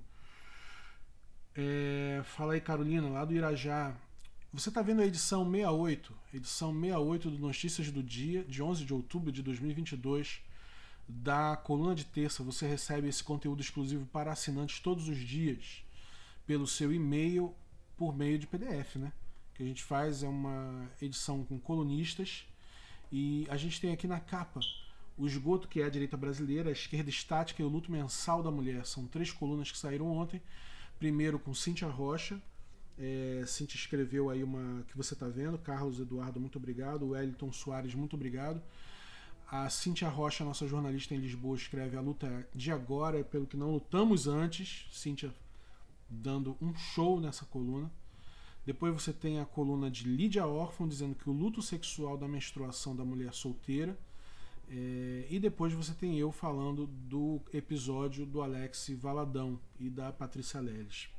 Fala aí, Carolina, lá do Irajá. Você tá vendo a edição 68 do Notícias do Dia, de 11 de outubro de 2022, da Coluna de Terça. Você recebe esse conteúdo exclusivo para assinantes todos os dias, pelo seu e-mail, por meio de PDF, né? O que a gente faz é uma edição com colunistas, e a gente tem aqui na capa o esgoto, que é a direita brasileira, a esquerda estática e o luto mensal da mulher. São 3 colunas que saíram ontem. Primeiro com Cíntia Rocha. Cíntia escreveu aí uma que você está vendo. Carlos Eduardo, muito obrigado. O Wellington Soares, muito obrigado. A Cíntia Rocha, nossa jornalista em Lisboa, escreve: a luta de agora é pelo que não lutamos antes. Cíntia dando um show nessa coluna. Depois você tem a coluna de Lídia Órfão, dizendo que o luto sexual da menstruação da mulher solteira. E depois você tem eu falando do episódio do Alex Valadão e da Patrícia Leles.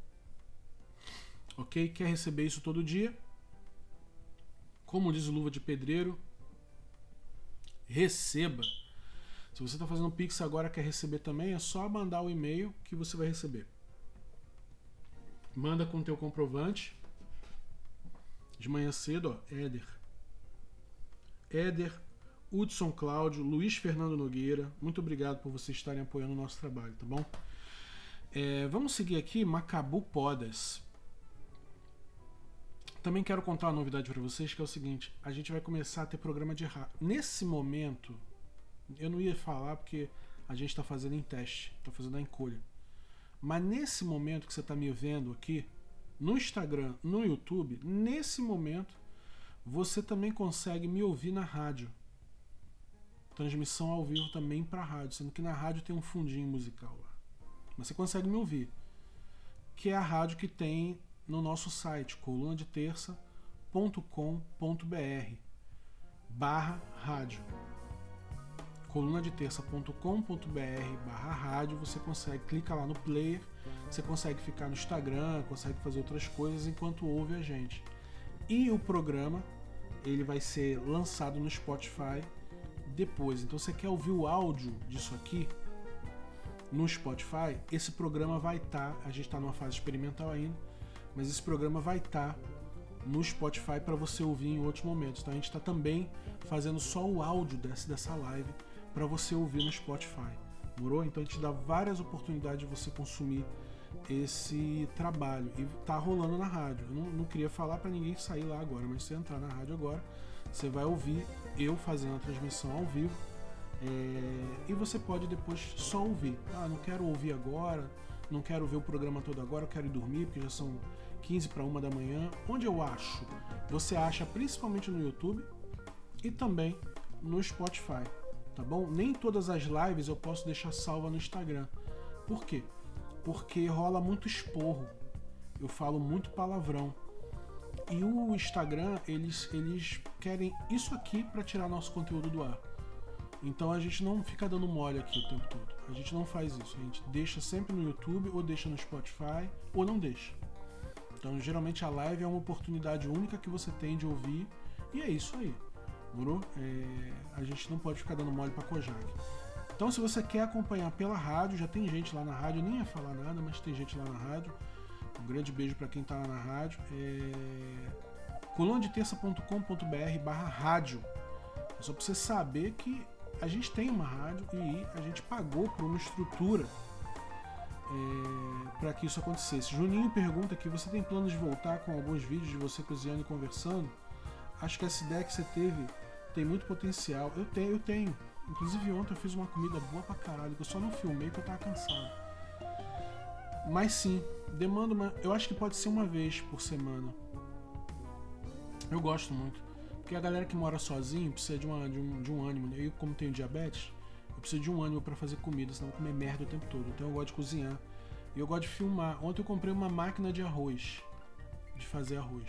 Ok? Quer receber isso todo dia? Como diz o Luva de Pedreiro, receba. Se você está fazendo Pix agora, quer receber também, é só mandar o e-mail que você vai receber. Manda com o teu comprovante. De manhã cedo, ó, Éder, Hudson Cláudio, Luiz Fernando Nogueira, muito obrigado por vocês estarem apoiando o nosso trabalho, tá bom? Vamos seguir aqui, Macabu Podas. Também quero contar uma novidade para vocês, que é o seguinte: a gente vai começar a ter programa de rádio. Nesse momento, eu não ia falar porque a gente está fazendo em teste, está fazendo a encolha. Mas nesse momento que você está me vendo aqui, no Instagram, no YouTube, nesse momento, você também consegue me ouvir na rádio. Transmissão ao vivo também para rádio, sendo que na rádio tem um fundinho musical lá. Mas você consegue me ouvir. Que é a rádio que tem no nosso site, colunadeterça.com.br/rádio. colunadeterça.com.br/rádio, você consegue, clica lá no player, você consegue ficar no Instagram, consegue fazer outras coisas enquanto ouve a gente. E o programa, ele vai ser lançado no Spotify depois. Então, você quer ouvir o áudio disso aqui no Spotify? Esse programa vai estar, a gente está numa fase experimental ainda, mas esse programa vai estar no Spotify para você ouvir em outros momentos. Então, a gente está também fazendo só o áudio dessa live para você ouvir no Spotify. Morou? Então, a gente dá várias oportunidades de você consumir esse trabalho. E tá rolando na rádio. Eu não queria falar para ninguém sair lá agora, mas se você entrar na rádio agora, você vai ouvir eu fazendo a transmissão ao vivo. E você pode depois só ouvir. Não quero ouvir agora, não quero ver o programa todo agora, eu quero ir dormir porque já são 15 para 1 da manhã. Onde eu acho? Você acha principalmente no YouTube e também no Spotify, tá bom? Nem todas as lives eu posso deixar salva no Instagram. Por quê? Porque rola muito esporro, eu falo muito palavrão. E o Instagram, eles querem isso aqui para tirar nosso conteúdo do ar. Então a gente não fica dando mole aqui o tempo todo. A gente não faz isso. A gente deixa sempre no YouTube, ou deixa no Spotify, ou não deixa. Então geralmente a live é uma oportunidade única que você tem de ouvir. E é isso aí. Morou? A gente não pode ficar dando mole pra Kojak. Então se você quer acompanhar pela rádio, já tem gente lá na rádio. Eu nem ia falar nada, mas tem gente lá na rádio. Um grande beijo para quem tá lá na rádio. colunadeterça.com.br/rádio. É só pra você saber que a gente tem uma rádio e a gente pagou por uma estrutura para que isso acontecesse. Juninho pergunta aqui: você tem planos de voltar com alguns vídeos de você cozinhando e conversando? Acho que essa ideia que você teve tem muito potencial. Eu tenho. Inclusive ontem eu fiz uma comida boa pra caralho, que eu só não filmei porque eu tava cansado. Mas sim, demanda eu acho que pode ser uma vez por semana. Eu gosto muito. Porque a galera que mora sozinho precisa de um ânimo. Eu, como tenho diabetes, eu preciso de um ânimo para fazer comida, senão eu vou comer merda o tempo todo. Então eu gosto de cozinhar. E eu gosto de filmar. Ontem eu comprei uma máquina de arroz. De fazer arroz.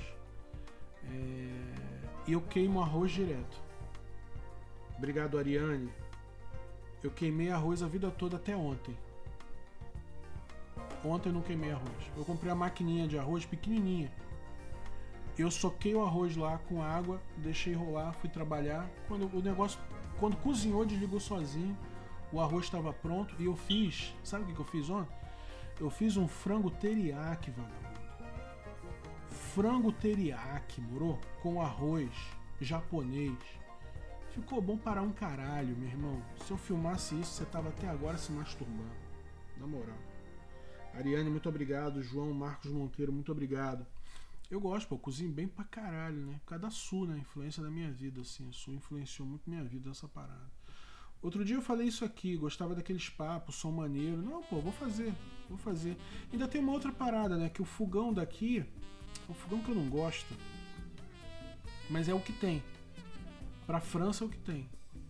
E eu queimo arroz direto. Obrigado, Ariane. Eu queimei arroz a vida toda até ontem. Ontem eu não queimei arroz. Eu comprei a maquininha de arroz pequenininha. Eu soquei o arroz lá com água, deixei rolar, fui trabalhar. Quando cozinhou, desligou sozinho. O arroz estava pronto e eu fiz... Sabe o que eu fiz ontem? Eu fiz um frango teriyaki, vagabundo. Frango teriyaki, moro? Com arroz japonês. Ficou bom para um caralho, meu irmão. Se eu filmasse isso, você tava até agora se masturbando. Na moral. Ariane, muito obrigado. João Marcos Monteiro, muito obrigado. Eu gosto, eu cozinho bem pra caralho, né? Por causa da Su, né? Influência da minha vida, assim. A Su influenciou muito minha vida nessa parada. Outro dia eu falei isso aqui, gostava daqueles papos, som maneiro. Não, pô, vou fazer. Ainda tem uma outra parada, né? Que o fogão daqui, o fogão que eu não gosto, mas é o que tem. Pra França é o que tem.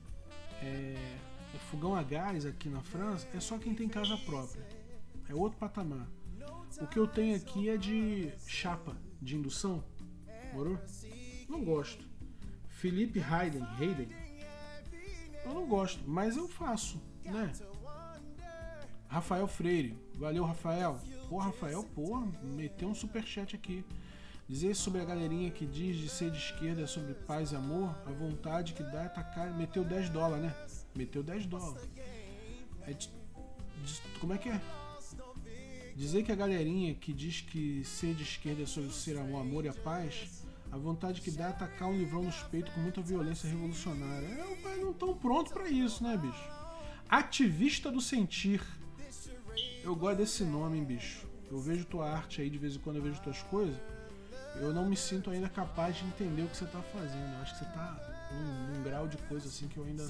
O fogão a gás aqui na França é só quem tem casa própria. É outro patamar. O que eu tenho aqui é de chapa, de indução. Morou? Não gosto. Felipe Hayden. Eu não gosto, mas eu faço, né? Rafael Freire. Valeu, Rafael. Rafael, meteu um superchat aqui. Dizer sobre a galerinha que diz de ser de esquerda é sobre paz e amor, a vontade que dá é tacar. Meteu $10, né? Meteu $10. Como é que é? Dizer que a galerinha que diz que ser de esquerda é sobre ser o amor e a paz, a vontade que dá é atacar um livrão nos peitos com muita violência revolucionária. Não estão prontos pra isso, né, bicho? Ativista do sentir. Eu gosto desse nome, hein, bicho. Eu vejo tua arte aí, de vez em quando eu vejo tuas coisas. eu não me sinto ainda capaz de entender o que você está fazendo. Eu acho que você está num grau de coisa assim que eu ainda...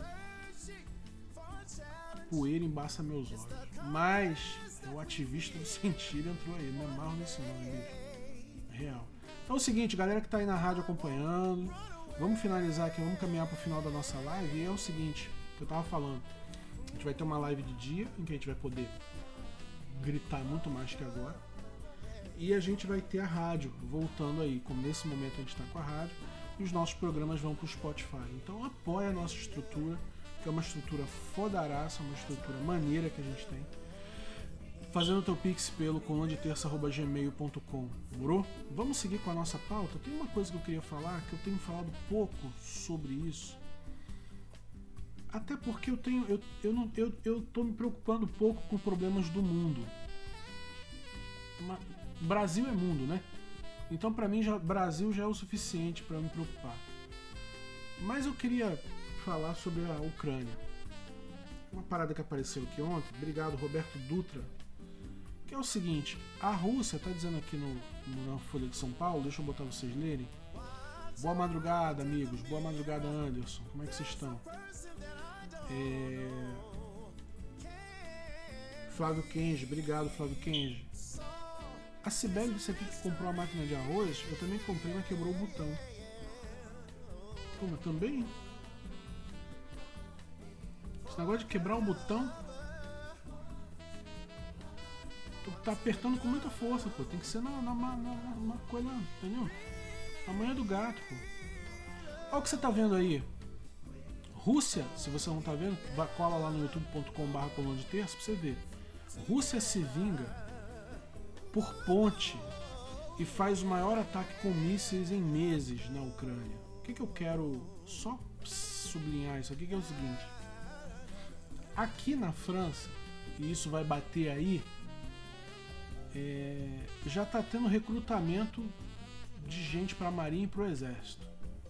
Poeira embaça meus olhos. Mas o ativista do sentido entrou aí. Me amarro nesse nome, bicho. Real. Então é o seguinte, galera que está aí na rádio acompanhando, vamos finalizar aqui, vamos caminhar para o final da nossa live. E é o seguinte, que eu estava falando. A gente vai ter uma live de dia em que a gente vai poder gritar muito mais que agora. E a gente vai ter a rádio voltando aí, como nesse momento a gente está com a rádio, e os nossos programas vão para o Spotify. Então apoia a nossa estrutura, que é uma estrutura fodaraça, uma estrutura maneira que a gente tem. Fazendo o teu pix pelo colundeterça@gmail.com. Morou? Vamos seguir com a nossa pauta? Tem uma coisa que eu queria falar, que eu tenho falado pouco sobre isso. Até porque eu tô me preocupando pouco com problemas do mundo. Brasil é mundo, né? Então pra mim Brasil já é o suficiente para me preocupar. Mas eu queria falar sobre a Ucrânia. Uma parada que apareceu aqui ontem, obrigado Roberto Dutra, que é o seguinte, a Rússia tá dizendo aqui na Folha de São Paulo, deixa eu botar vocês lerem. Boa madrugada, amigos, boa madrugada, Anderson, como é que vocês estão? Flávio Kenji, obrigado Flávio Kenji. A Cibele disse aqui que comprou a máquina de arroz, eu também comprei, mas quebrou o botão. Como, também? Esse negócio de quebrar o botão, tu tá apertando com muita força, pô. Tem que ser na coisa, entendeu? A manha do gato, pô. Olha o que você tá vendo aí. Rússia, se você não tá vendo, cola lá no youtube.com/colundeterça pra você ver. Rússia se vinga por ponte e faz o maior ataque com mísseis em meses na Ucrânia. O que eu quero só sublinhar isso aqui, que é o seguinte. Aqui na França, e isso vai bater aí, já está tendo recrutamento de gente para a Marinha e para o Exército.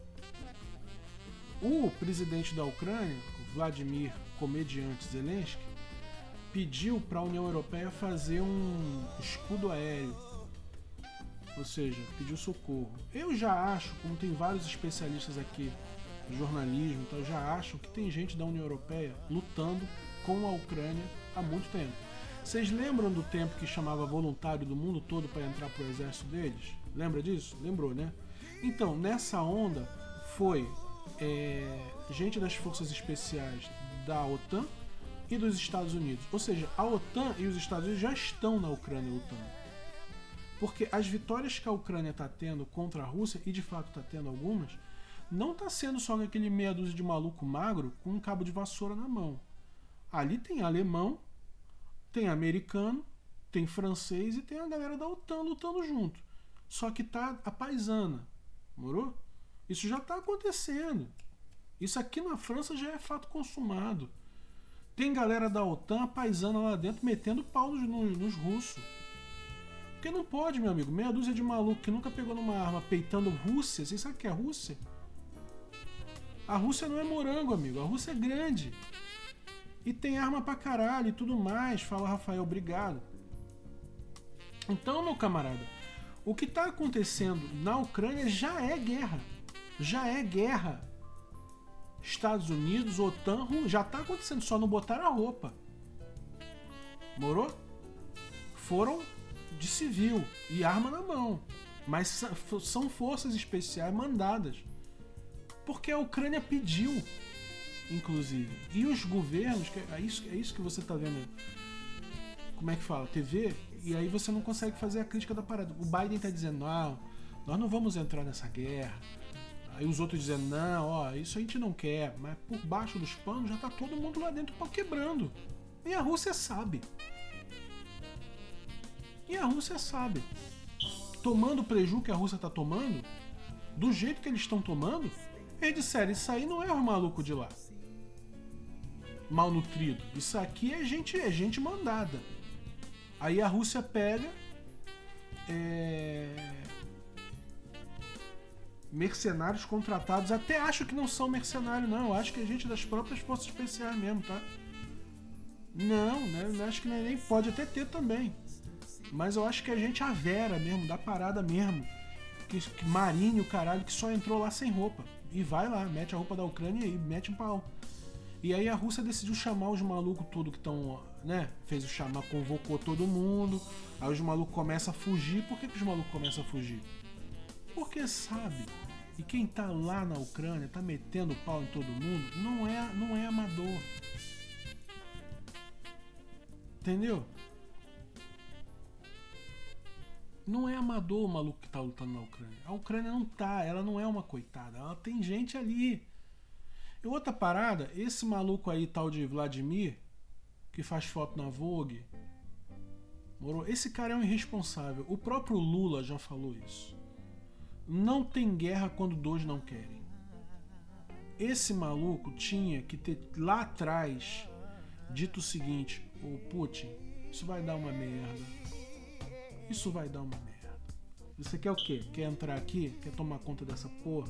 O presidente da Ucrânia, Vladimir Comediante Zelensky, pediu para a União Europeia fazer um escudo aéreo, ou seja, pediu socorro. Eu já acho, como tem vários especialistas aqui no jornalismo, então já acho que tem gente da União Europeia lutando com a Ucrânia há muito tempo. Vocês lembram do tempo que chamava voluntário do mundo todo para entrar pro exército deles? Lembra disso? Lembrou, né? Então, nessa onda foi gente das forças especiais da OTAN e dos Estados Unidos. Ou seja, a OTAN e os Estados Unidos já estão na Ucrânia lutando. Porque as vitórias que a Ucrânia está tendo contra a Rússia, e de fato está tendo algumas, não está sendo só aquele meia dúzia de maluco magro com um cabo de vassoura na mão. Ali tem alemão, tem americano, tem francês e tem a galera da OTAN lutando junto. Só que tá a paisana, morou? Isso já está acontecendo. Isso aqui na França já é fato consumado. Tem galera da OTAN, a paisana lá dentro, metendo pau nos russos. Porque não pode, meu amigo. Meia dúzia de maluco que nunca pegou numa arma peitando Rússia. Vocês sabem o que é a Rússia? A Rússia não é morango, amigo. A Rússia é grande. E tem arma pra caralho e tudo mais. Fala, Rafael, obrigado. Então, meu camarada, o que tá acontecendo na Ucrânia já é guerra. Já é guerra. Estados Unidos, OTAN, já tá acontecendo. Só não botaram a roupa. Morou? Foram de civil e arma na mão. Mas são forças especiais mandadas. Porque a Ucrânia pediu, inclusive. E os governos, é isso que você tá vendo, como é que fala? TV, e aí você não consegue fazer a crítica da parada. O Biden tá dizendo, não, nós não vamos entrar nessa guerra. Aí os outros dizendo, não, ó, isso a gente não quer. Mas por baixo dos panos já tá todo mundo lá dentro pau quebrando. E a Rússia sabe. E a Rússia sabe. Tomando o prejuízo que a Rússia tá tomando, do jeito que eles estão tomando, eles disseram, isso aí não é o maluco de lá. Malnutrido. Isso aqui é gente mandada. Aí a Rússia pega mercenários contratados. Até acho que não são mercenários, não. Eu acho que é gente das próprias forças especiais mesmo, tá? Não, né? Eu acho que nem pode até ter também. Mas eu acho que é gente a vera mesmo, da parada mesmo. marinho, caralho, que só entrou lá sem roupa. E vai lá, mete a roupa da Ucrânia e mete um pau. E aí a Rússia decidiu chamar os malucos tudo que estão, né? Fez o chamar, convocou todo mundo. Aí os malucos começam a fugir. Por que os malucos começam a fugir? Porque sabe, e quem tá lá na Ucrânia, tá metendo pau em todo mundo, não é amador. Entendeu? Não é amador o maluco que tá lutando na Ucrânia. A Ucrânia não tá, ela não é uma coitada, ela tem gente ali. E outra parada, esse maluco aí, tal de Vladimir, que faz foto na Vogue, moro? Esse cara é um irresponsável. O próprio Lula já falou isso. Não tem guerra quando dois não querem. Esse maluco tinha que ter lá atrás dito o seguinte: ô Putin, isso vai dar uma merda. Isso vai dar uma merda. Você quer o quê? Quer entrar aqui? Quer tomar conta dessa porra?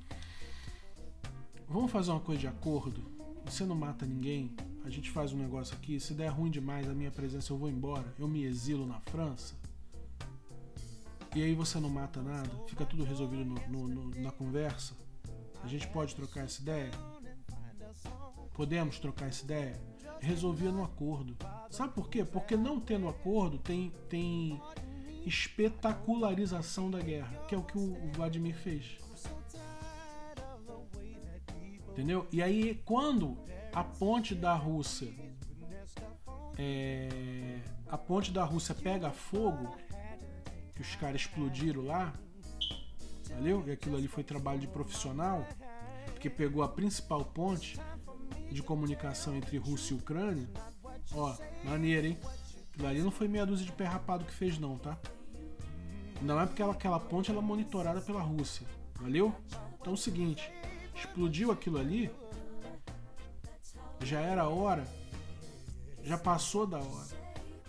Vamos fazer uma coisa de acordo? Você não mata ninguém, a gente faz um negócio aqui, se der ruim demais a minha presença eu vou embora, eu me exilo na França. E aí você não mata nada, fica tudo resolvido na conversa. A gente pode trocar essa ideia? Podemos trocar essa ideia? Resolvia no acordo. Sabe por quê? Porque não tendo acordo tem espetacularização da guerra, que é o que o Vladimir fez. Entendeu? E aí quando a ponte da Rússia pega fogo, que os caras explodiram lá, valeu? E aquilo ali foi trabalho de profissional, porque pegou a principal ponte de comunicação entre Rússia e Ucrânia. Ó, maneiro, hein? Aquilo ali não foi meia dúzia de pé rapado que fez não, tá? Não é porque aquela ponte ela é monitorada pela Rússia, valeu? Então é o seguinte, explodiu aquilo ali, já era a hora, já passou da hora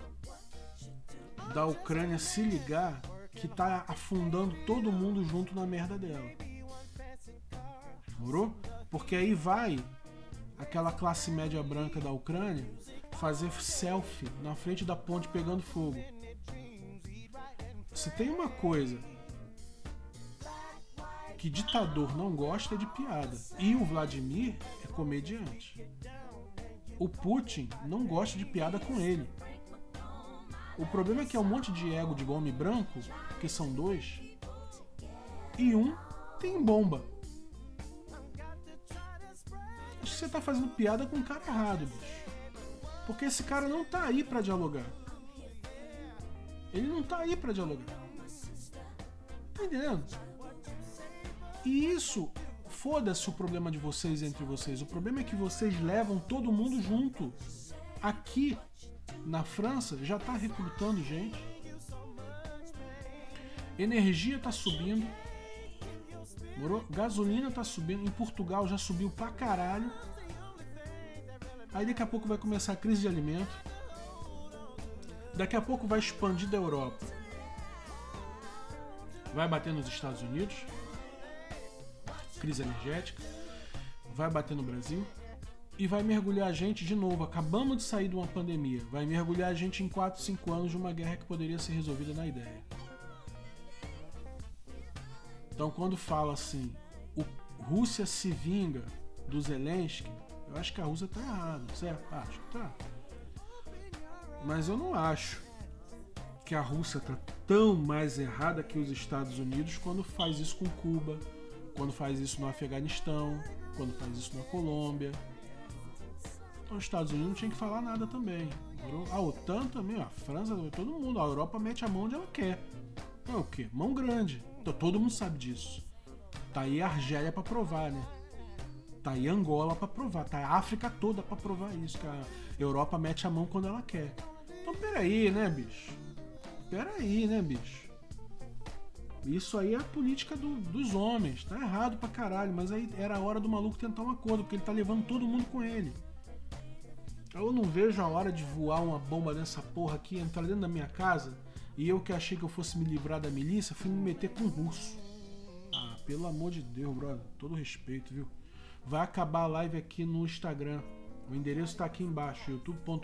da Ucrânia se ligar que tá afundando todo mundo junto na merda dela. Morou? Porque aí vai aquela classe média branca da Ucrânia fazer selfie na frente da ponte pegando fogo. Se tem uma coisa que ditador não gosta é de piada. E o Vladimir é comediante. O Putin não gosta de piada com ele. O problema é que é um monte de ego de homem branco, que são dois, e um tem bomba. Acho que você tá fazendo piada com o cara errado, bicho. Porque esse cara não tá aí pra dialogar. Ele não tá aí pra dialogar. Tá entendendo? E isso, foda-se o problema de vocês entre vocês. O problema é que vocês levam todo mundo junto. Aqui na França já tá recrutando gente. Energia tá subindo. Morou? Gasolina tá subindo. Em Portugal já subiu pra caralho. Aí daqui a pouco vai começar a crise de alimento. Daqui a pouco vai expandir da Europa. Vai bater nos Estados Unidos. Crise energética. Vai bater no Brasil. E vai mergulhar a gente de novo. Acabamos de sair de uma pandemia. Vai mergulhar a gente em 4, 5 anos de uma guerra que poderia ser resolvida na ideia. Então quando fala assim, Rússia se vinga do Zelensky, eu acho que a Rússia tá errada, certo? Acho que tá. Mas eu não acho que a Rússia tá tão mais errada que os Estados Unidos quando faz isso com Cuba, quando faz isso no Afeganistão, quando faz isso na Colômbia. Então os Estados Unidos não tinha que falar nada também. A OTAN também, a França, todo mundo. A Europa mete a mão onde ela quer. É o quê? Mão grande. Então todo mundo sabe disso. Tá aí a Argélia pra provar, né? Tá aí Angola pra provar. Tá a África toda pra provar isso. Que a Europa mete a mão quando ela quer. Então peraí, né, bicho? Peraí, né, bicho? Isso aí é a política dos homens. Tá errado pra caralho. Mas aí era a hora do maluco tentar um acordo. Porque ele tá levando todo mundo com ele. Eu não vejo a hora de voar uma bomba dessa porra aqui, entrar dentro da minha casa, e eu que achei que eu fosse me livrar da milícia, fui me meter com o russo. Ah, pelo amor de Deus, brother. Todo respeito, viu? Vai acabar a live aqui no Instagram. O endereço tá aqui embaixo,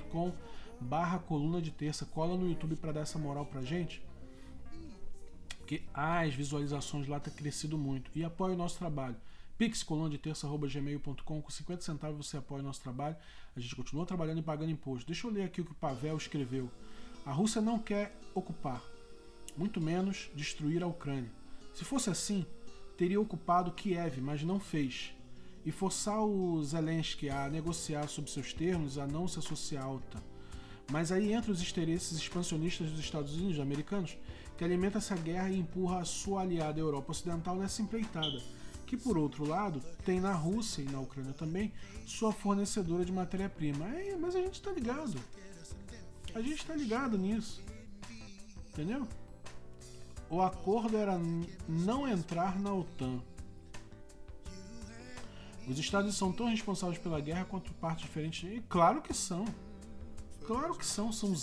youtube.com/coluna de terça. Cola no YouTube pra dar essa moral pra gente. Porque porque as visualizações lá têm crescido muito. E apoia o nosso trabalho. pixcolondeterça@gmail.com, com 50 centavos você apoia o nosso trabalho. A gente continua trabalhando e pagando imposto. Deixa eu ler aqui o que o Pavel escreveu. A Rússia não quer ocupar, muito menos destruir a Ucrânia. Se fosse assim, teria ocupado Kiev, mas não fez. E forçar o Zelensky a negociar sob seus termos, a não se associar à OTAN. Mas aí entra os interesses expansionistas dos Estados Unidos americanos, que alimenta essa guerra e empurra a sua aliada a Europa Ocidental nessa empreitada, que por outro lado tem na Rússia e na Ucrânia também sua fornecedora de matéria-prima. Mas a gente está ligado. A gente está ligado nisso. Entendeu? O acordo era não entrar na OTAN. Os Estados Unidos são tão responsáveis pela guerra quanto partes diferentes. E claro que são. Claro que são. São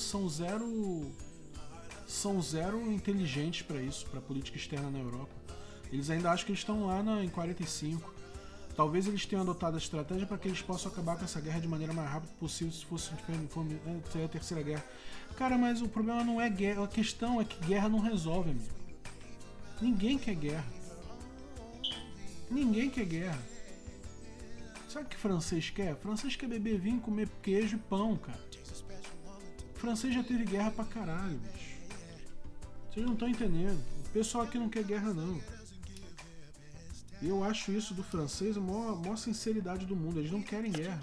zero inteligentes para isso, para a política externa na Europa. Eles ainda acham que eles estão lá em 45. Talvez eles tenham adotado a estratégia para que eles possam acabar com essa guerra de maneira mais rápida possível, se fosse a terceira guerra. Cara, mas o problema não é guerra. A questão é que guerra não resolve, amigo. Ninguém quer guerra. Ninguém quer guerra. Sabe o que francês quer? Francês quer beber vinho, comer queijo e pão, cara. O francês já teve guerra pra caralho, bicho. Vocês não estão entendendo. O pessoal aqui não quer guerra, não. E eu acho isso do francês a maior sinceridade do mundo. Eles não querem guerra.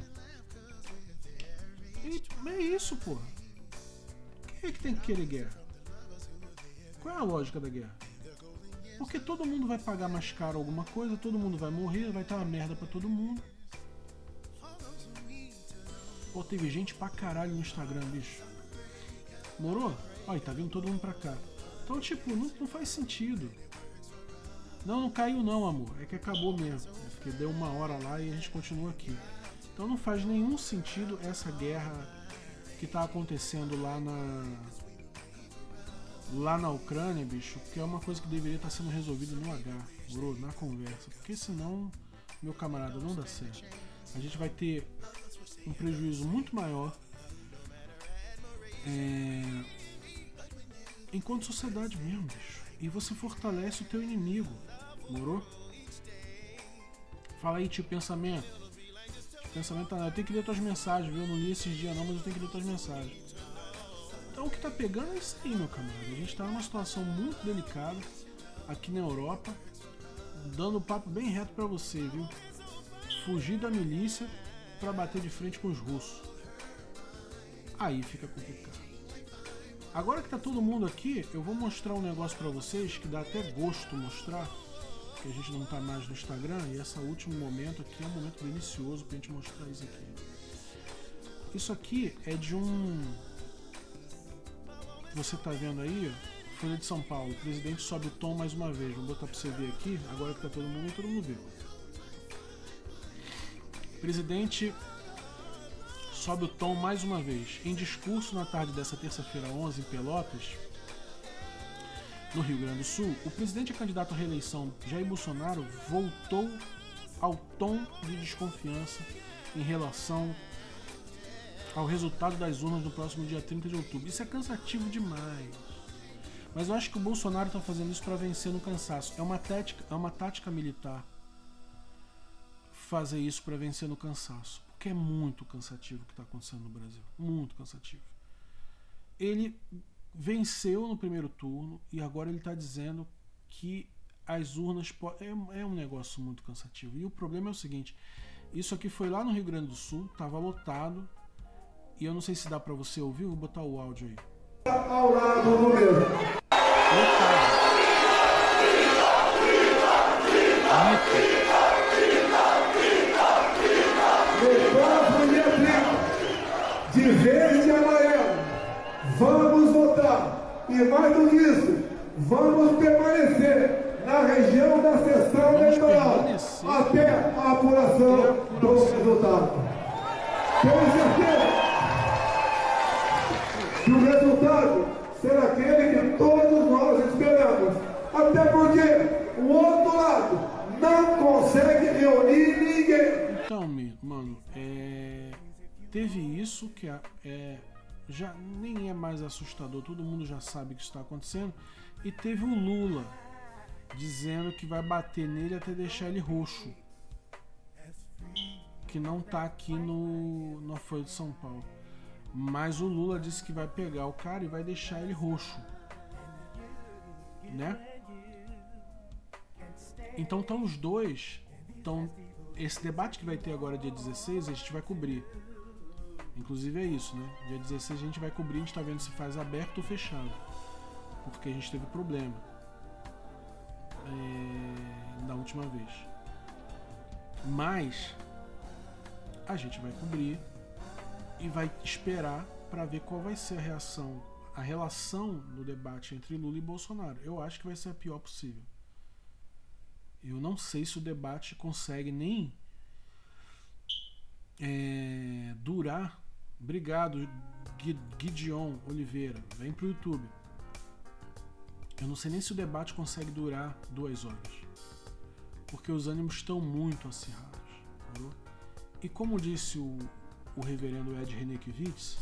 E é isso, porra. Quem é que tem que querer guerra? Qual é a lógica da guerra? Porque todo mundo vai pagar mais caro alguma coisa, todo mundo vai morrer, vai estar uma merda pra todo mundo. Pô, teve gente pra caralho no Instagram, bicho. Morou? Olha, tá vindo todo mundo pra cá. Então, tipo, não faz sentido. Não caiu não, amor. É que acabou mesmo. É porque deu 1 hora lá e a gente continua aqui. Então não faz nenhum sentido essa guerra que tá acontecendo lá na Ucrânia, bicho, que é uma coisa que deveria estar sendo resolvida no morou, na conversa. Porque senão, meu camarada, não dá certo. A gente vai ter um prejuízo muito maior enquanto sociedade mesmo, bicho. E você fortalece o teu inimigo, morou? Fala aí, tio Pensamento. Tio Pensamento tá... Eu tenho que ler tuas mensagens, viu? Eu não li esses dias não, mas eu tenho que ler tuas mensagens. Então o que tá pegando é isso aí, meu camarada. A gente tá numa situação muito delicada aqui na Europa, dando papo bem reto pra você, viu? Fugir da milícia pra bater de frente com os russos. Aí fica complicado. Agora que tá todo mundo aqui, eu vou mostrar um negócio pra vocês que dá até gosto mostrar, que a gente não tá mais no Instagram, e esse último momento aqui é um momento delicioso pra gente mostrar isso aqui. Isso aqui é de um... Você tá vendo aí, ó, Folha de São Paulo. O presidente sobe o tom mais uma vez. Vou botar pra você ver aqui, agora que tá todo mundo vê. O presidente sobe o tom mais uma vez. Em discurso na tarde dessa terça-feira 11 em Pelotas, no Rio Grande do Sul, o presidente e candidato à reeleição Jair Bolsonaro voltou ao tom de desconfiança em relação ao resultado das urnas no próximo dia 30 de outubro. Isso é cansativo demais. Mas eu acho que o Bolsonaro está fazendo isso para vencer no cansaço. É uma tática militar fazer isso para vencer no cansaço. Porque é muito cansativo o que está acontecendo no Brasil. Muito cansativo. Ele venceu no primeiro turno e agora ele está dizendo que as urnas... É um negócio muito cansativo. E o problema é o seguinte. Isso aqui foi lá no Rio Grande do Sul. Estava lotado. E eu não sei se dá pra você ouvir, vou botar o áudio aí. Ao lado do mesmo. No próximo dia 30, de verde e amarelo, vamos votar. E mais do que isso, vamos permanecer na região da sessão eleitoral até a apuração do resultado. Tenho certeza que o resultado será aquele que todos nós esperamos. Até porque o outro lado não consegue reunir ninguém. Então, mano, teve isso que já nem é mais assustador, todo mundo já sabe que isso está acontecendo. E teve o Lula dizendo que vai bater nele até deixar ele roxo, que não tá aqui na Folha de São Paulo. Mas o Lula disse que vai pegar o cara e vai deixar ele roxo, né? Então estão os dois. Então, esse debate que vai ter agora dia 16, a gente vai cobrir. Inclusive é isso, né? Dia 16 a gente vai cobrir, a gente tá vendo se faz aberto ou fechado. Porque a gente teve problema da última vez. Mas a gente vai cobrir e vai esperar para ver qual vai ser a relação do debate entre Lula e Bolsonaro. Eu acho que vai ser a pior possível. Eu não sei se o debate consegue nem durar. Obrigado, Gideon Oliveira. Vem pro YouTube. Eu não sei nem se o debate consegue durar 2 horas. Porque os ânimos estão muito acirrados. Entendeu? E como disse o reverendo Ed Renekiewicz,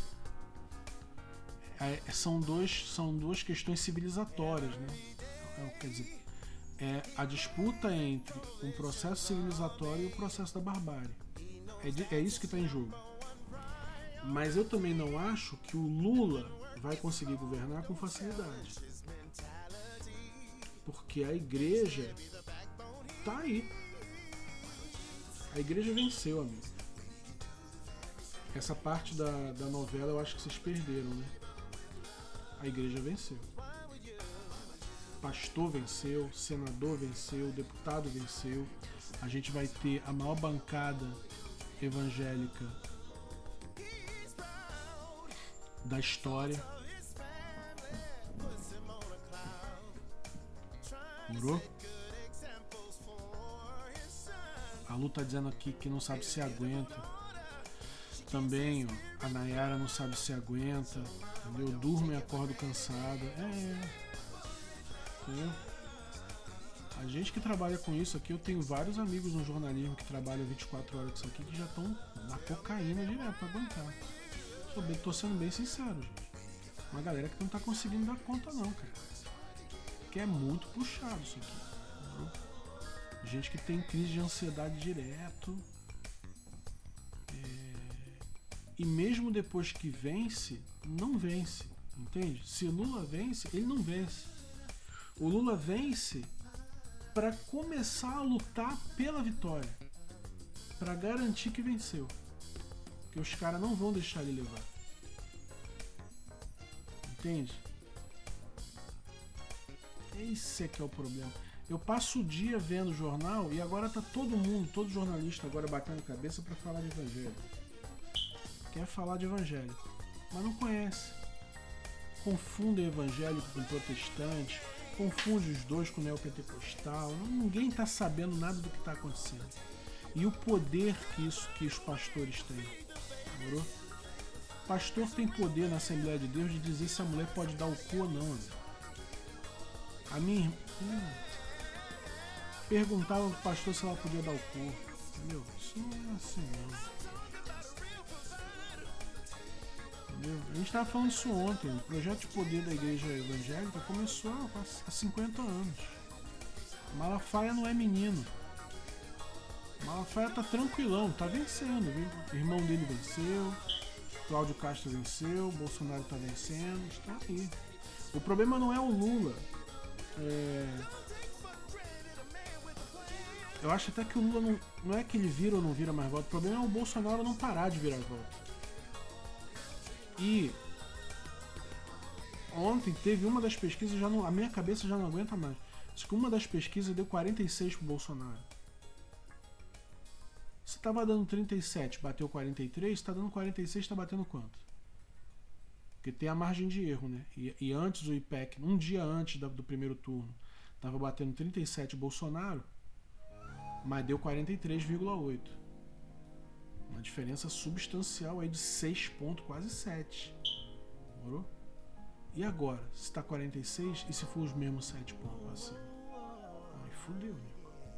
são duas questões civilizatórias, né? Quer dizer, a disputa entre um processo civilizatório e o processo da barbárie. É isso que está em jogo. Mas eu também não acho que o Lula vai conseguir governar com facilidade. Porque a igreja tá aí. A igreja venceu, amigo. Essa parte da novela eu acho que vocês perderam, né? A igreja venceu. Pastor venceu, senador venceu, deputado venceu. A gente vai ter a maior bancada evangélica da história. Morou? A Lu tá dizendo aqui que não sabe se aguenta. Também, ó, a Nayara não sabe se aguenta. Eu durmo e acordo cansada. Entendeu? A gente que trabalha com isso aqui, eu tenho vários amigos no jornalismo que trabalham 24 horas com isso aqui que já estão na cocaína direto pra aguentar. Tô sendo bem sincero, gente. Uma galera que não tá conseguindo dar conta não, cara. Porque é muito puxado isso aqui. Entendeu? Gente que tem crise de ansiedade direto. E mesmo depois que vence, não vence. Entende? Se o Lula vence, ele não vence. O Lula vence para começar a lutar pela vitória. Para garantir que venceu. Porque os caras não vão deixar ele levar. Entende? Esse é que é o problema. Eu passo o dia vendo jornal e agora tá todo jornalista agora batendo cabeça para falar de evangelho. Quer falar de evangelho, mas não conhece. Confunde evangélico com protestante, confunde os dois com neopentecostal. Ninguém tá sabendo nada do que tá acontecendo. E o poder que os pastores têm. Demorou? Pastor tem poder na Assembleia de Deus de dizer se a mulher pode dar o cu ou não. A minha irmã perguntava pro pastor se ela podia dar o cu. Entendeu? Isso não é assim não. Entendeu? A gente estava falando isso ontem. O projeto de poder da igreja evangélica começou há 50 anos. Malafaia não é menino. Malafaia tá tranquilão, tá vencendo, viu? O irmão dele venceu, Cláudio Castro venceu, Bolsonaro tá vencendo, está aí. O problema não é o Lula. Eu acho até que o Lula não é que ele vira ou não vira mais voto. O problema é o Bolsonaro não parar de virar voto. E ontem teve uma das pesquisas, a minha cabeça já não aguenta mais. Acho que uma das pesquisas deu 46 pro Bolsonaro. Se tava dando 37, bateu 43, tá dando 46, tá batendo quanto? Porque tem a margem de erro, né? E antes o IPEC, um dia antes do primeiro turno, tava batendo 37 Bolsonaro, mas deu 43,8. Uma diferença substancial aí de 6 pontos, quase 7. Morou? E agora? Se tá 46 e se for os mesmos 7 pontos assim? Aí fudeu, né?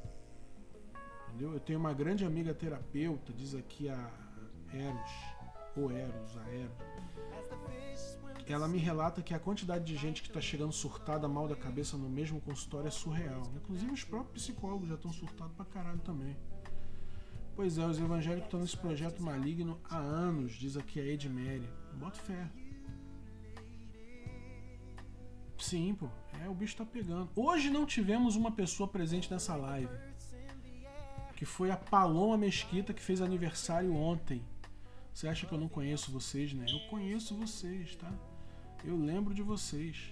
Entendeu? Eu tenho uma grande amiga terapeuta, diz aqui a Eros, Oeros, Aeros. Ela me relata que a quantidade de gente que está chegando surtada, mal da cabeça no mesmo consultório é surreal. Inclusive os próprios psicólogos já estão surtados pra caralho também. Pois é, os evangélicos estão nesse projeto maligno há anos, diz aqui a Edmere. Bota fé. Sim, pô. O bicho tá pegando. Hoje não tivemos uma pessoa presente nessa live. Que foi a Paloma Mesquita, que fez aniversário ontem. Você acha que eu não conheço vocês, né? Eu conheço vocês, tá? Eu lembro de vocês.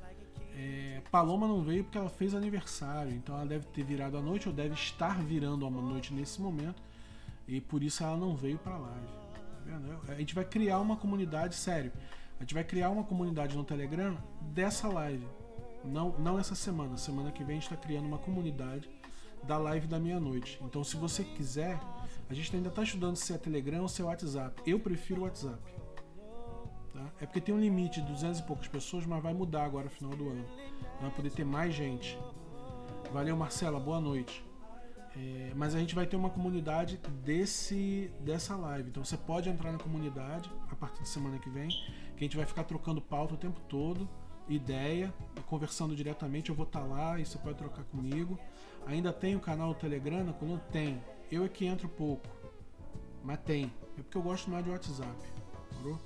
Paloma não veio porque ela fez aniversário. Então ela deve ter virado à noite ou deve estar virando à noite nesse momento. E por isso ela não veio pra live. Tá vendo? A gente vai criar uma comunidade, sério. A gente vai criar uma comunidade no Telegram dessa live. Não essa semana. Semana que vem a gente está criando uma comunidade da live da meia-noite. Então se você quiser, a gente ainda está estudando se é Telegram ou se é WhatsApp. Eu prefiro o WhatsApp. Tá? É porque tem um limite de 200 e poucas pessoas, mas vai mudar agora no final do ano. Vai poder ter mais gente. Valeu, Marcela. Boa noite. Mas a gente vai ter uma comunidade dessa live. Então você pode entrar na comunidade a partir de semana que vem, que a gente vai ficar trocando pauta o tempo todo, ideia, conversando diretamente. Eu vou estar lá e você pode trocar comigo. Ainda tem o canal do Telegram? Quando tem. Eu é que entro pouco, mas tem. É porque eu gosto mais de WhatsApp. Morou?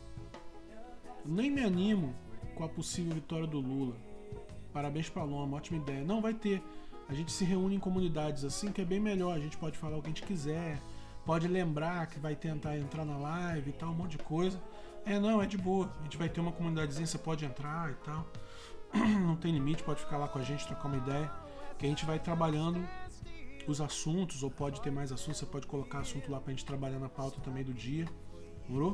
Nem me animo com a possível vitória do Lula. Parabéns, Paloma, ótima ideia. Não vai ter. A gente se reúne em comunidades assim, que é bem melhor. A gente pode falar o que a gente quiser, pode lembrar que vai tentar entrar na live e tal, um monte de coisa. Não, é de boa. A gente vai ter uma comunidadezinha, você pode entrar e tal. Não tem limite, pode ficar lá com a gente, trocar uma ideia. Que a gente vai trabalhando os assuntos, ou pode ter mais assuntos, você pode colocar assunto lá pra gente trabalhar na pauta também do dia. Morou?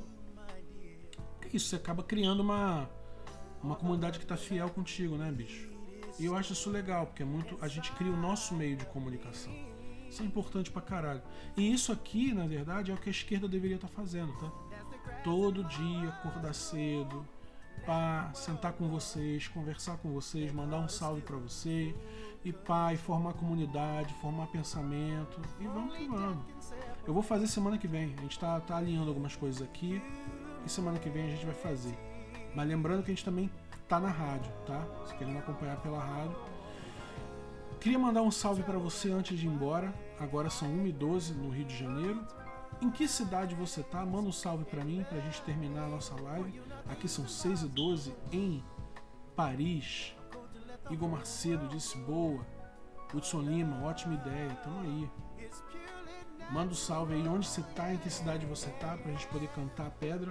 É isso, você acaba criando uma comunidade que tá fiel contigo, né, bicho? E eu acho isso legal, porque a gente cria o nosso meio de comunicação. Isso é importante pra caralho. E isso aqui, na verdade, é o que a esquerda deveria estar fazendo, tá? Todo dia, acordar cedo, sentar com vocês, conversar com vocês, mandar um salve pra você, e formar comunidade, formar pensamento, e vamos que vamos. Eu vou fazer semana que vem, a gente tá alinhando algumas coisas aqui, e semana que vem a gente vai fazer. Mas lembrando que a gente também tá na rádio, tá? Se querendo acompanhar pela rádio. Queria mandar um salve para você antes de ir embora. Agora são 1h12 no Rio de Janeiro. Em que cidade você tá? Manda um salve para mim, pra gente terminar a nossa live. Aqui são 6h12 em Paris. Igor Macedo disse boa. Hudson Lima, ótima ideia. Tamo aí. Manda um salve aí onde você tá, em que cidade você tá, pra gente poder cantar a pedra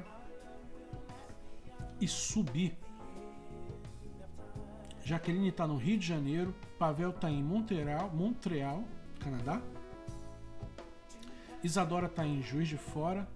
e subir. Jaqueline está no Rio de Janeiro. Pavel está em Montreal, Canadá. Isadora está em Juiz de Fora.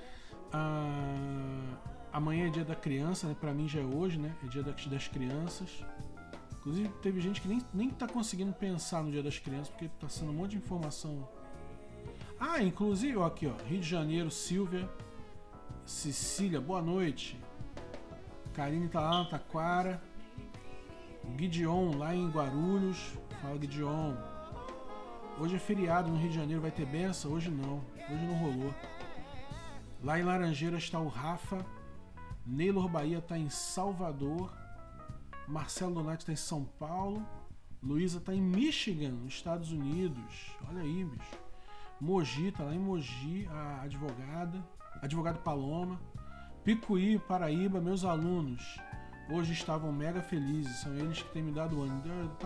Amanhã é dia da criança, né? Para mim já é hoje, né? É dia das crianças. Inclusive teve gente que nem tá conseguindo pensar no dia das crianças, porque tá sendo um monte de informação. Inclusive, ó, aqui, ó, Rio de Janeiro, Silvia, Cecília, boa noite. Karine tá lá na Taquara. Gideon lá em Guarulhos. Fala, Gideon. Hoje é feriado no Rio de Janeiro, vai ter benção? Hoje não rolou. Lá em Laranjeiras está o Rafa. Neylor Bahia está em Salvador. Marcelo Donati está em São Paulo. Luísa está em Michigan, nos Estados Unidos. Olha aí, bicho. Mogi, tá lá em Mogi, a advogado Paloma. Picuí, Paraíba, meus alunos hoje estavam mega felizes, são eles que têm me dado ânimo.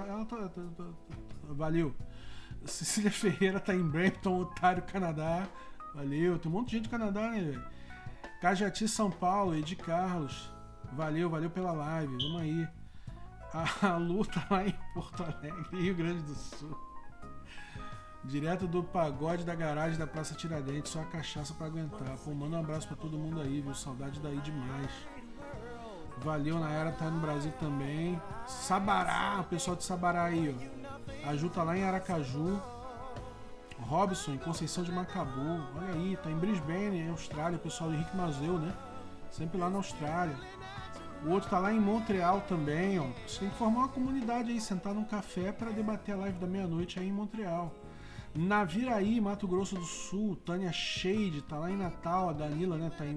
Valeu. Cecília Ferreira tá em Brampton, Ontário, Canadá. Valeu, tem um monte de gente do Canadá, né, velho? Cajati, São Paulo, Edi Carlos. Valeu pela live, vamos aí. A Lu tá lá em Porto Alegre, Rio Grande do Sul. Direto do pagode da garagem da Praça Tiradentes, só a cachaça pra aguentar. Pô, manda um abraço pra todo mundo aí, viu? Saudade daí demais. Valeu, Nayara tá no Brasil também. Sabará, o pessoal de Sabará aí, ó. A Ju tá lá em Aracaju. Robson, em Conceição de Macabu. Olha aí, tá em Brisbane, Austrália. O pessoal do Henrique Mazeu, né? Sempre lá na Austrália. O outro tá lá em Montreal também, ó. Você tem que formar uma comunidade aí, sentar num café para debater a live da meia-noite aí em Montreal. Naviraí, Mato Grosso do Sul, Tânia Shade, tá lá em Natal, a Danila, né, tá em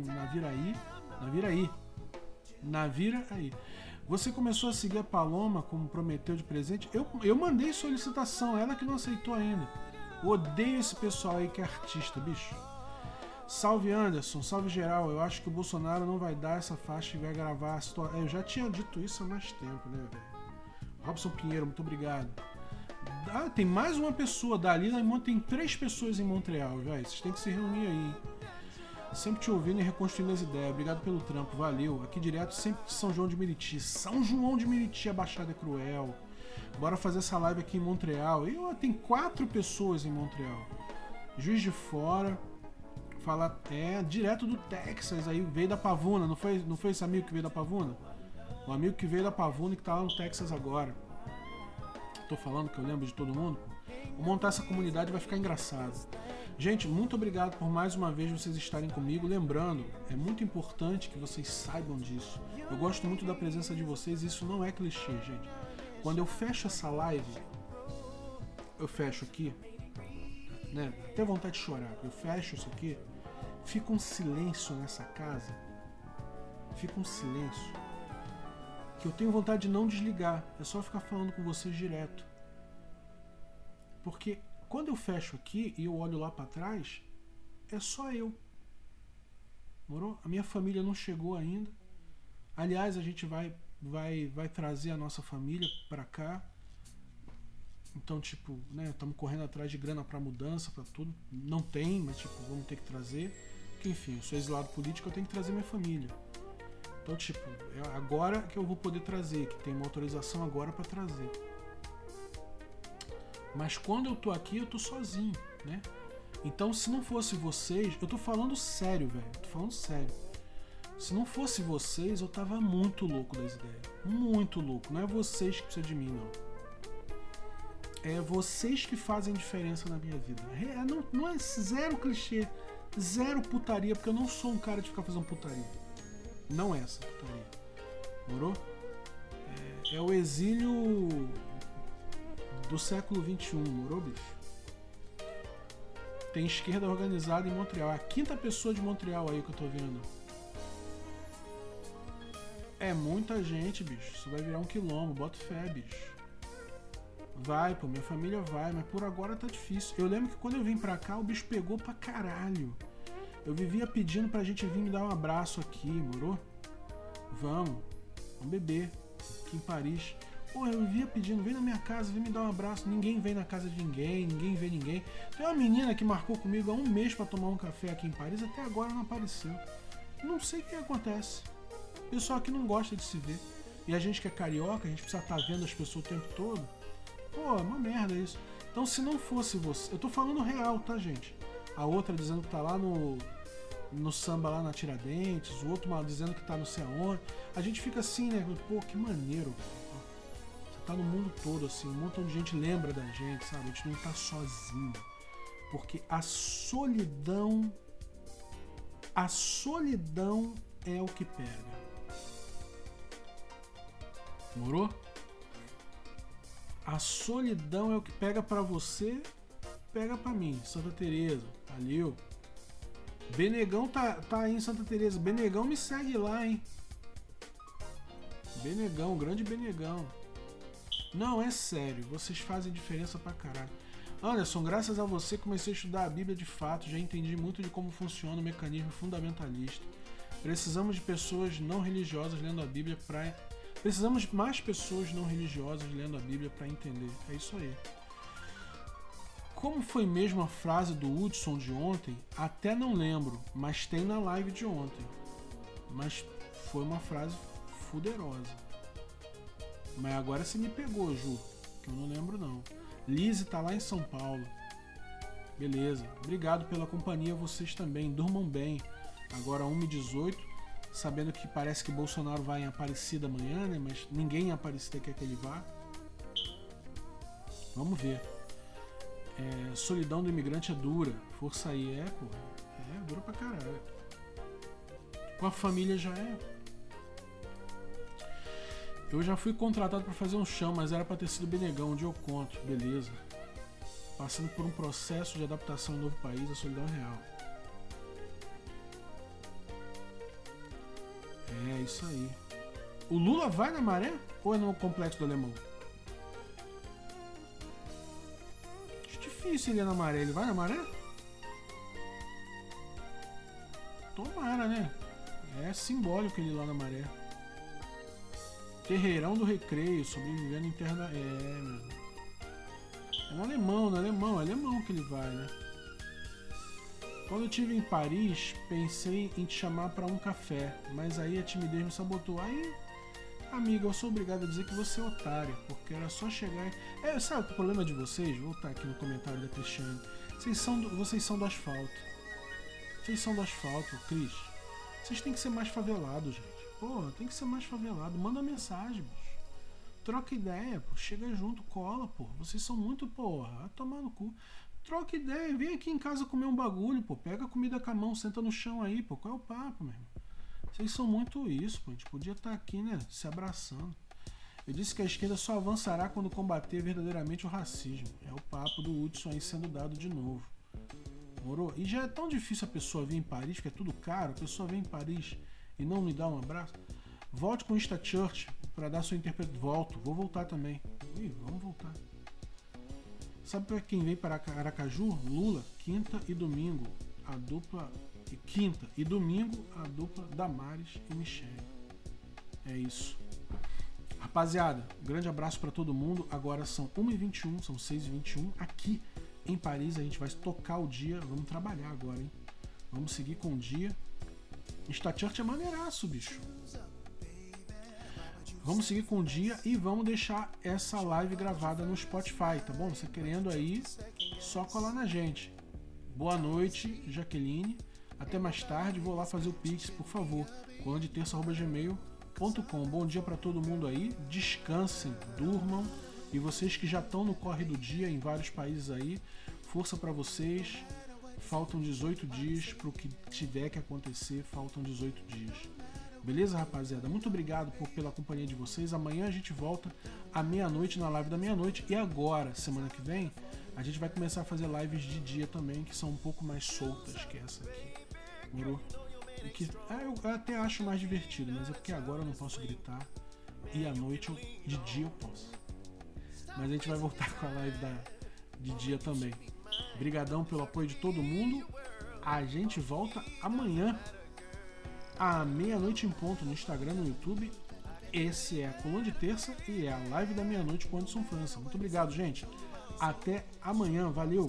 Naviraí. Você começou a seguir a Paloma como prometeu de presente? Eu mandei solicitação, ela que não aceitou ainda. Odeio esse pessoal aí que é artista, bicho. Salve Anderson, salve geral. Eu acho que o Bolsonaro não vai dar essa faixa e vai gravar a situação. Eu já tinha dito isso há mais tempo, né, velho? Robson Pinheiro, muito obrigado. Tem mais uma pessoa, Dalila, tem 3 pessoas em Montreal, velho. Vocês têm que se reunir aí. Sempre te ouvindo e reconstruindo as ideias. Obrigado pelo trampo, valeu. Aqui direto, sempre de São João de Meriti. São João de Meriti, a Baixada é Cruel. Bora fazer essa live aqui em Montreal. Tem 4 pessoas em Montreal. Juiz de Fora. Fala, direto do Texas. Aí veio da Pavuna. Não foi esse amigo que veio da Pavuna? O amigo que veio da Pavuna e que tá lá no Texas agora. Tô falando que eu lembro de todo mundo. Vou montar essa comunidade, vai ficar engraçado. Gente, muito obrigado por mais uma vez vocês estarem comigo. Lembrando, é muito importante que vocês saibam disso. Eu gosto muito da presença de vocês e isso não é clichê, gente. Quando eu fecho essa live, eu fecho aqui, né? Até vontade de chorar. Eu fecho isso aqui, fica um silêncio nessa casa. Fica um silêncio que eu tenho vontade de não desligar. É só ficar falando com vocês direto. Porque quando eu fecho aqui e eu olho lá pra trás, é só eu. Morou? A minha família não chegou ainda. Aliás, a gente vai trazer a nossa família pra cá. Então, tipo, né, estamos correndo atrás de grana pra mudança, pra tudo. Não tem, mas tipo, vamos ter que trazer. Porque, enfim, eu sou exilado político, eu tenho que trazer minha família. Então, tipo, é agora que eu vou poder trazer, que tem uma autorização agora pra trazer. Mas quando eu tô aqui, eu tô sozinho, né? Então, se não fosse vocês... Eu tô falando sério, velho. Tô falando sério. Se não fosse vocês, eu tava muito louco das ideias. Muito louco. Não é vocês que precisam de mim, não. É vocês que fazem diferença na minha vida. Não é zero clichê. Zero putaria, porque eu não sou um cara de ficar fazendo putaria. Não é essa putaria. Morou? É o exílio... do século XXI, morou, bicho? Tem esquerda organizada em Montreal. É a 5ª pessoa de Montreal aí que eu tô vendo. É muita gente, bicho. Isso vai virar um quilombo. Bota fé, bicho. Vai, pô. Minha família vai. Mas por agora tá difícil. Eu lembro que quando eu vim pra cá, o bicho pegou pra caralho. Eu vivia pedindo pra gente vir me dar um abraço aqui, morou? Vamos beber. Aqui em Paris. Pô, eu via pedindo, vem na minha casa, vem me dar um abraço. Ninguém vem na casa de ninguém, ninguém vê ninguém. Tem uma menina que marcou comigo há um mês pra tomar um café aqui em Paris, até agora não apareceu. Não sei o que acontece. O pessoal aqui não gosta de se ver. E a gente que é carioca, a gente precisa estar vendo as pessoas o tempo todo. Pô, é uma merda isso. Então, se não fosse você... Eu tô falando real, tá, gente? A outra dizendo que tá lá no samba lá na Tiradentes, o outro mal dizendo que tá não sei aonde. A gente fica assim, né? Pô, que maneiro, tá no mundo todo, assim, um montão de gente lembra da gente, sabe? A gente não tá sozinho. Porque a solidão é o que pega. Morou? A solidão é o que pega pra você, pega pra mim. Santa Teresa, valeu. Benegão tá aí em Santa Teresa. Benegão me segue lá, hein? Benegão, grande Benegão. Não, é sério, vocês fazem diferença pra caralho. Anderson, graças a você comecei a estudar a Bíblia de fato, já entendi muito de como funciona o mecanismo fundamentalista. Precisamos de pessoas não religiosas lendo a Bíblia pra... Precisamos de mais pessoas não religiosas lendo a Bíblia pra entender. É isso aí. Como foi mesmo a frase do Hudson de ontem? Até não lembro, mas tem na live de ontem. Mas foi uma frase fuderosa. Mas agora você me pegou, Ju, que eu não lembro não. Lise tá lá em São Paulo. Beleza. Obrigado pela companhia, vocês também. Durmam bem. Agora 1h18, sabendo que parece que Bolsonaro vai em Aparecida amanhã, né? Mas ninguém em Aparecida quer que ele vá. Vamos ver. Solidão do imigrante é dura. Força aí, porra. É dura pra caralho. Com a família já é. Eu já fui contratado pra fazer um chão, mas era pra ter sido Benegão, onde eu conto. Beleza. passando por um processo de adaptação em um novo país, a solidão é real. É isso aí. O Lula vai na Maré ou é no Complexo do Alemão? Acho difícil ele ir na Maré. Ele vai na Maré? Tomara, né? É simbólico ele ir lá na Maré. Terreirão do Recreio, sobrevivendo interna. Meu. É no alemão que ele vai, né? Quando eu estive em Paris, pensei em te chamar para um café, mas aí a timidez me sabotou. Aí, amiga, eu sou obrigado a dizer que você é otária, porque era só chegar e... sabe o problema de vocês? Vou voltar aqui no comentário da Cristiane. Vocês são do asfalto. Vocês são do asfalto, Cris. Vocês têm que ser mais favelados, gente. Pô, tem que ser mais favelado. Manda mensagem, bicho. Troca ideia, pô. Chega junto, cola, pô. Vocês são muito, porra. Vai tomar no cu. Troca ideia. Vem aqui em casa comer um bagulho, pô. Pega a comida com a mão, senta no chão aí, pô. Qual é o papo, meu irmão? Vocês são muito isso, pô. A gente podia estar aqui, né? Se abraçando. Eu disse que a esquerda só avançará quando combater verdadeiramente o racismo. É o papo do Hudson aí sendo dado de novo. Morou? E já é tão difícil a pessoa vir em Paris, porque é tudo caro. A pessoa vem em Paris e não me dá um abraço. Volte com o Insta Church para dar sua interpretação. Vou voltar também. Vamos voltar. Sabe para quem vem para Aracaju? Lula, quinta e domingo. A dupla. Quinta e domingo, a dupla Damares e Michele. É isso. Rapaziada, um grande abraço para todo mundo. Agora são 1h21, são 6h21. Aqui em Paris a gente vai tocar o dia. Vamos trabalhar agora, hein? Vamos seguir com o dia. Insta Church é maneiraço, bicho. Vamos seguir com o dia e vamos deixar essa live gravada no Spotify, tá bom? Você querendo aí, só colar na gente. Boa noite, Jaqueline. Até mais tarde, vou lá fazer o Pix, por favor. colundeterça@gmail.com. Bom dia pra todo mundo aí. Descansem, durmam. E vocês que já estão no corre do dia em vários países aí, força pra vocês. Faltam 18 dias pro que tiver que acontecer, faltam 18 dias. Beleza, rapaziada? Muito obrigado pela companhia de vocês. Amanhã a gente volta à meia-noite na live da meia-noite. E agora, semana que vem, a gente vai começar a fazer lives de dia também, que são um pouco mais soltas que essa aqui. Morou? E que, eu até acho mais divertido, mas é porque agora eu não posso gritar. E à noite, de dia eu posso. Mas a gente vai voltar com a live de dia também. Brigadão pelo apoio de todo mundo. A gente volta amanhã à meia-noite em ponto no Instagram, no YouTube. Esse é a Coluna de Terça e é a live da meia-noite com Anderson França. Muito obrigado, gente. Até amanhã. Valeu!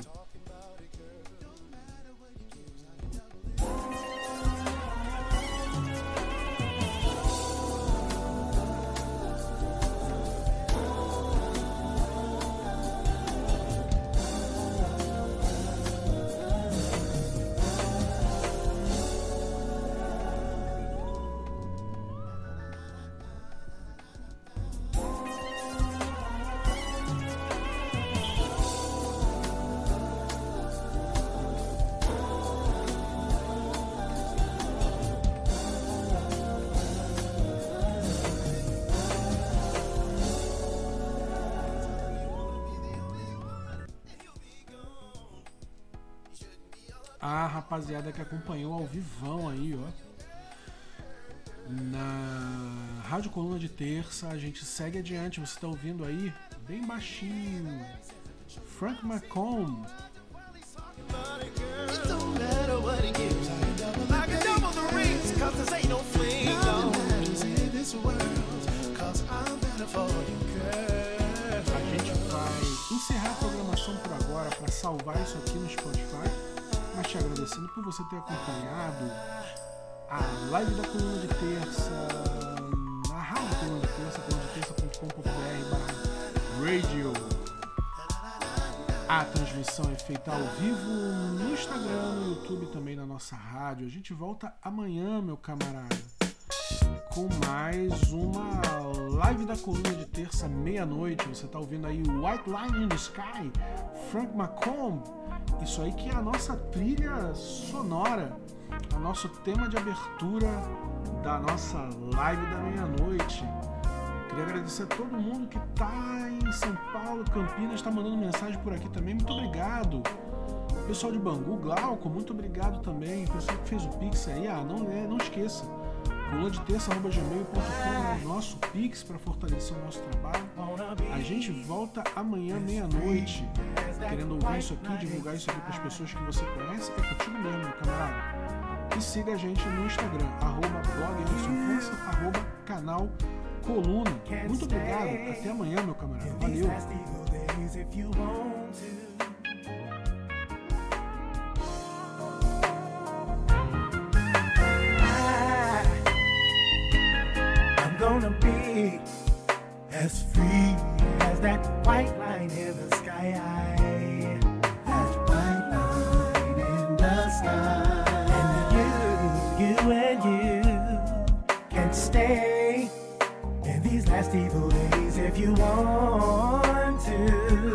A rapaziada que acompanhou ao vivão aí, ó. Na Rádio Coluna de Terça, a gente segue adiante. Você tá ouvindo aí, bem baixinho, Frank McComb. A gente vai encerrar a programação por agora para salvar isso aqui no Spotify. Mas te agradecendo por você ter acompanhado a live da Coluna de Terça na Rádio Coluna de Terça, colunadeterça.com.br/radio. A transmissão é feita ao vivo no Instagram, no YouTube, também na nossa rádio. A gente volta amanhã, meu camarada, com mais uma live da Coluna de Terça, meia-noite. Você tá ouvindo aí White Line in the Sky, Frank McComb. Isso aí que é a nossa trilha sonora, o nosso tema de abertura da nossa live da meia-noite. Queria agradecer a todo mundo que tá em São Paulo, Campinas, tá mandando mensagem por aqui também. Muito obrigado. Pessoal de Bangu, Glauco, muito obrigado também. Pessoal que fez o Pix aí, não esqueça. colunadeterça@gmail.com é o nosso Pix para fortalecer o nosso trabalho. A gente volta amanhã, meia-noite. Querendo ouvir isso aqui, divulgar isso aqui para as pessoas que você conhece, é contigo mesmo, meu camarada. E siga a gente no Instagram, @blogemersonfrança, @canal Coluna. Muito obrigado, até amanhã, meu camarada. Valeu! Gonna be as free as that white line in the sky. That white line in the sky. And you can stay in these last evil days if you want to.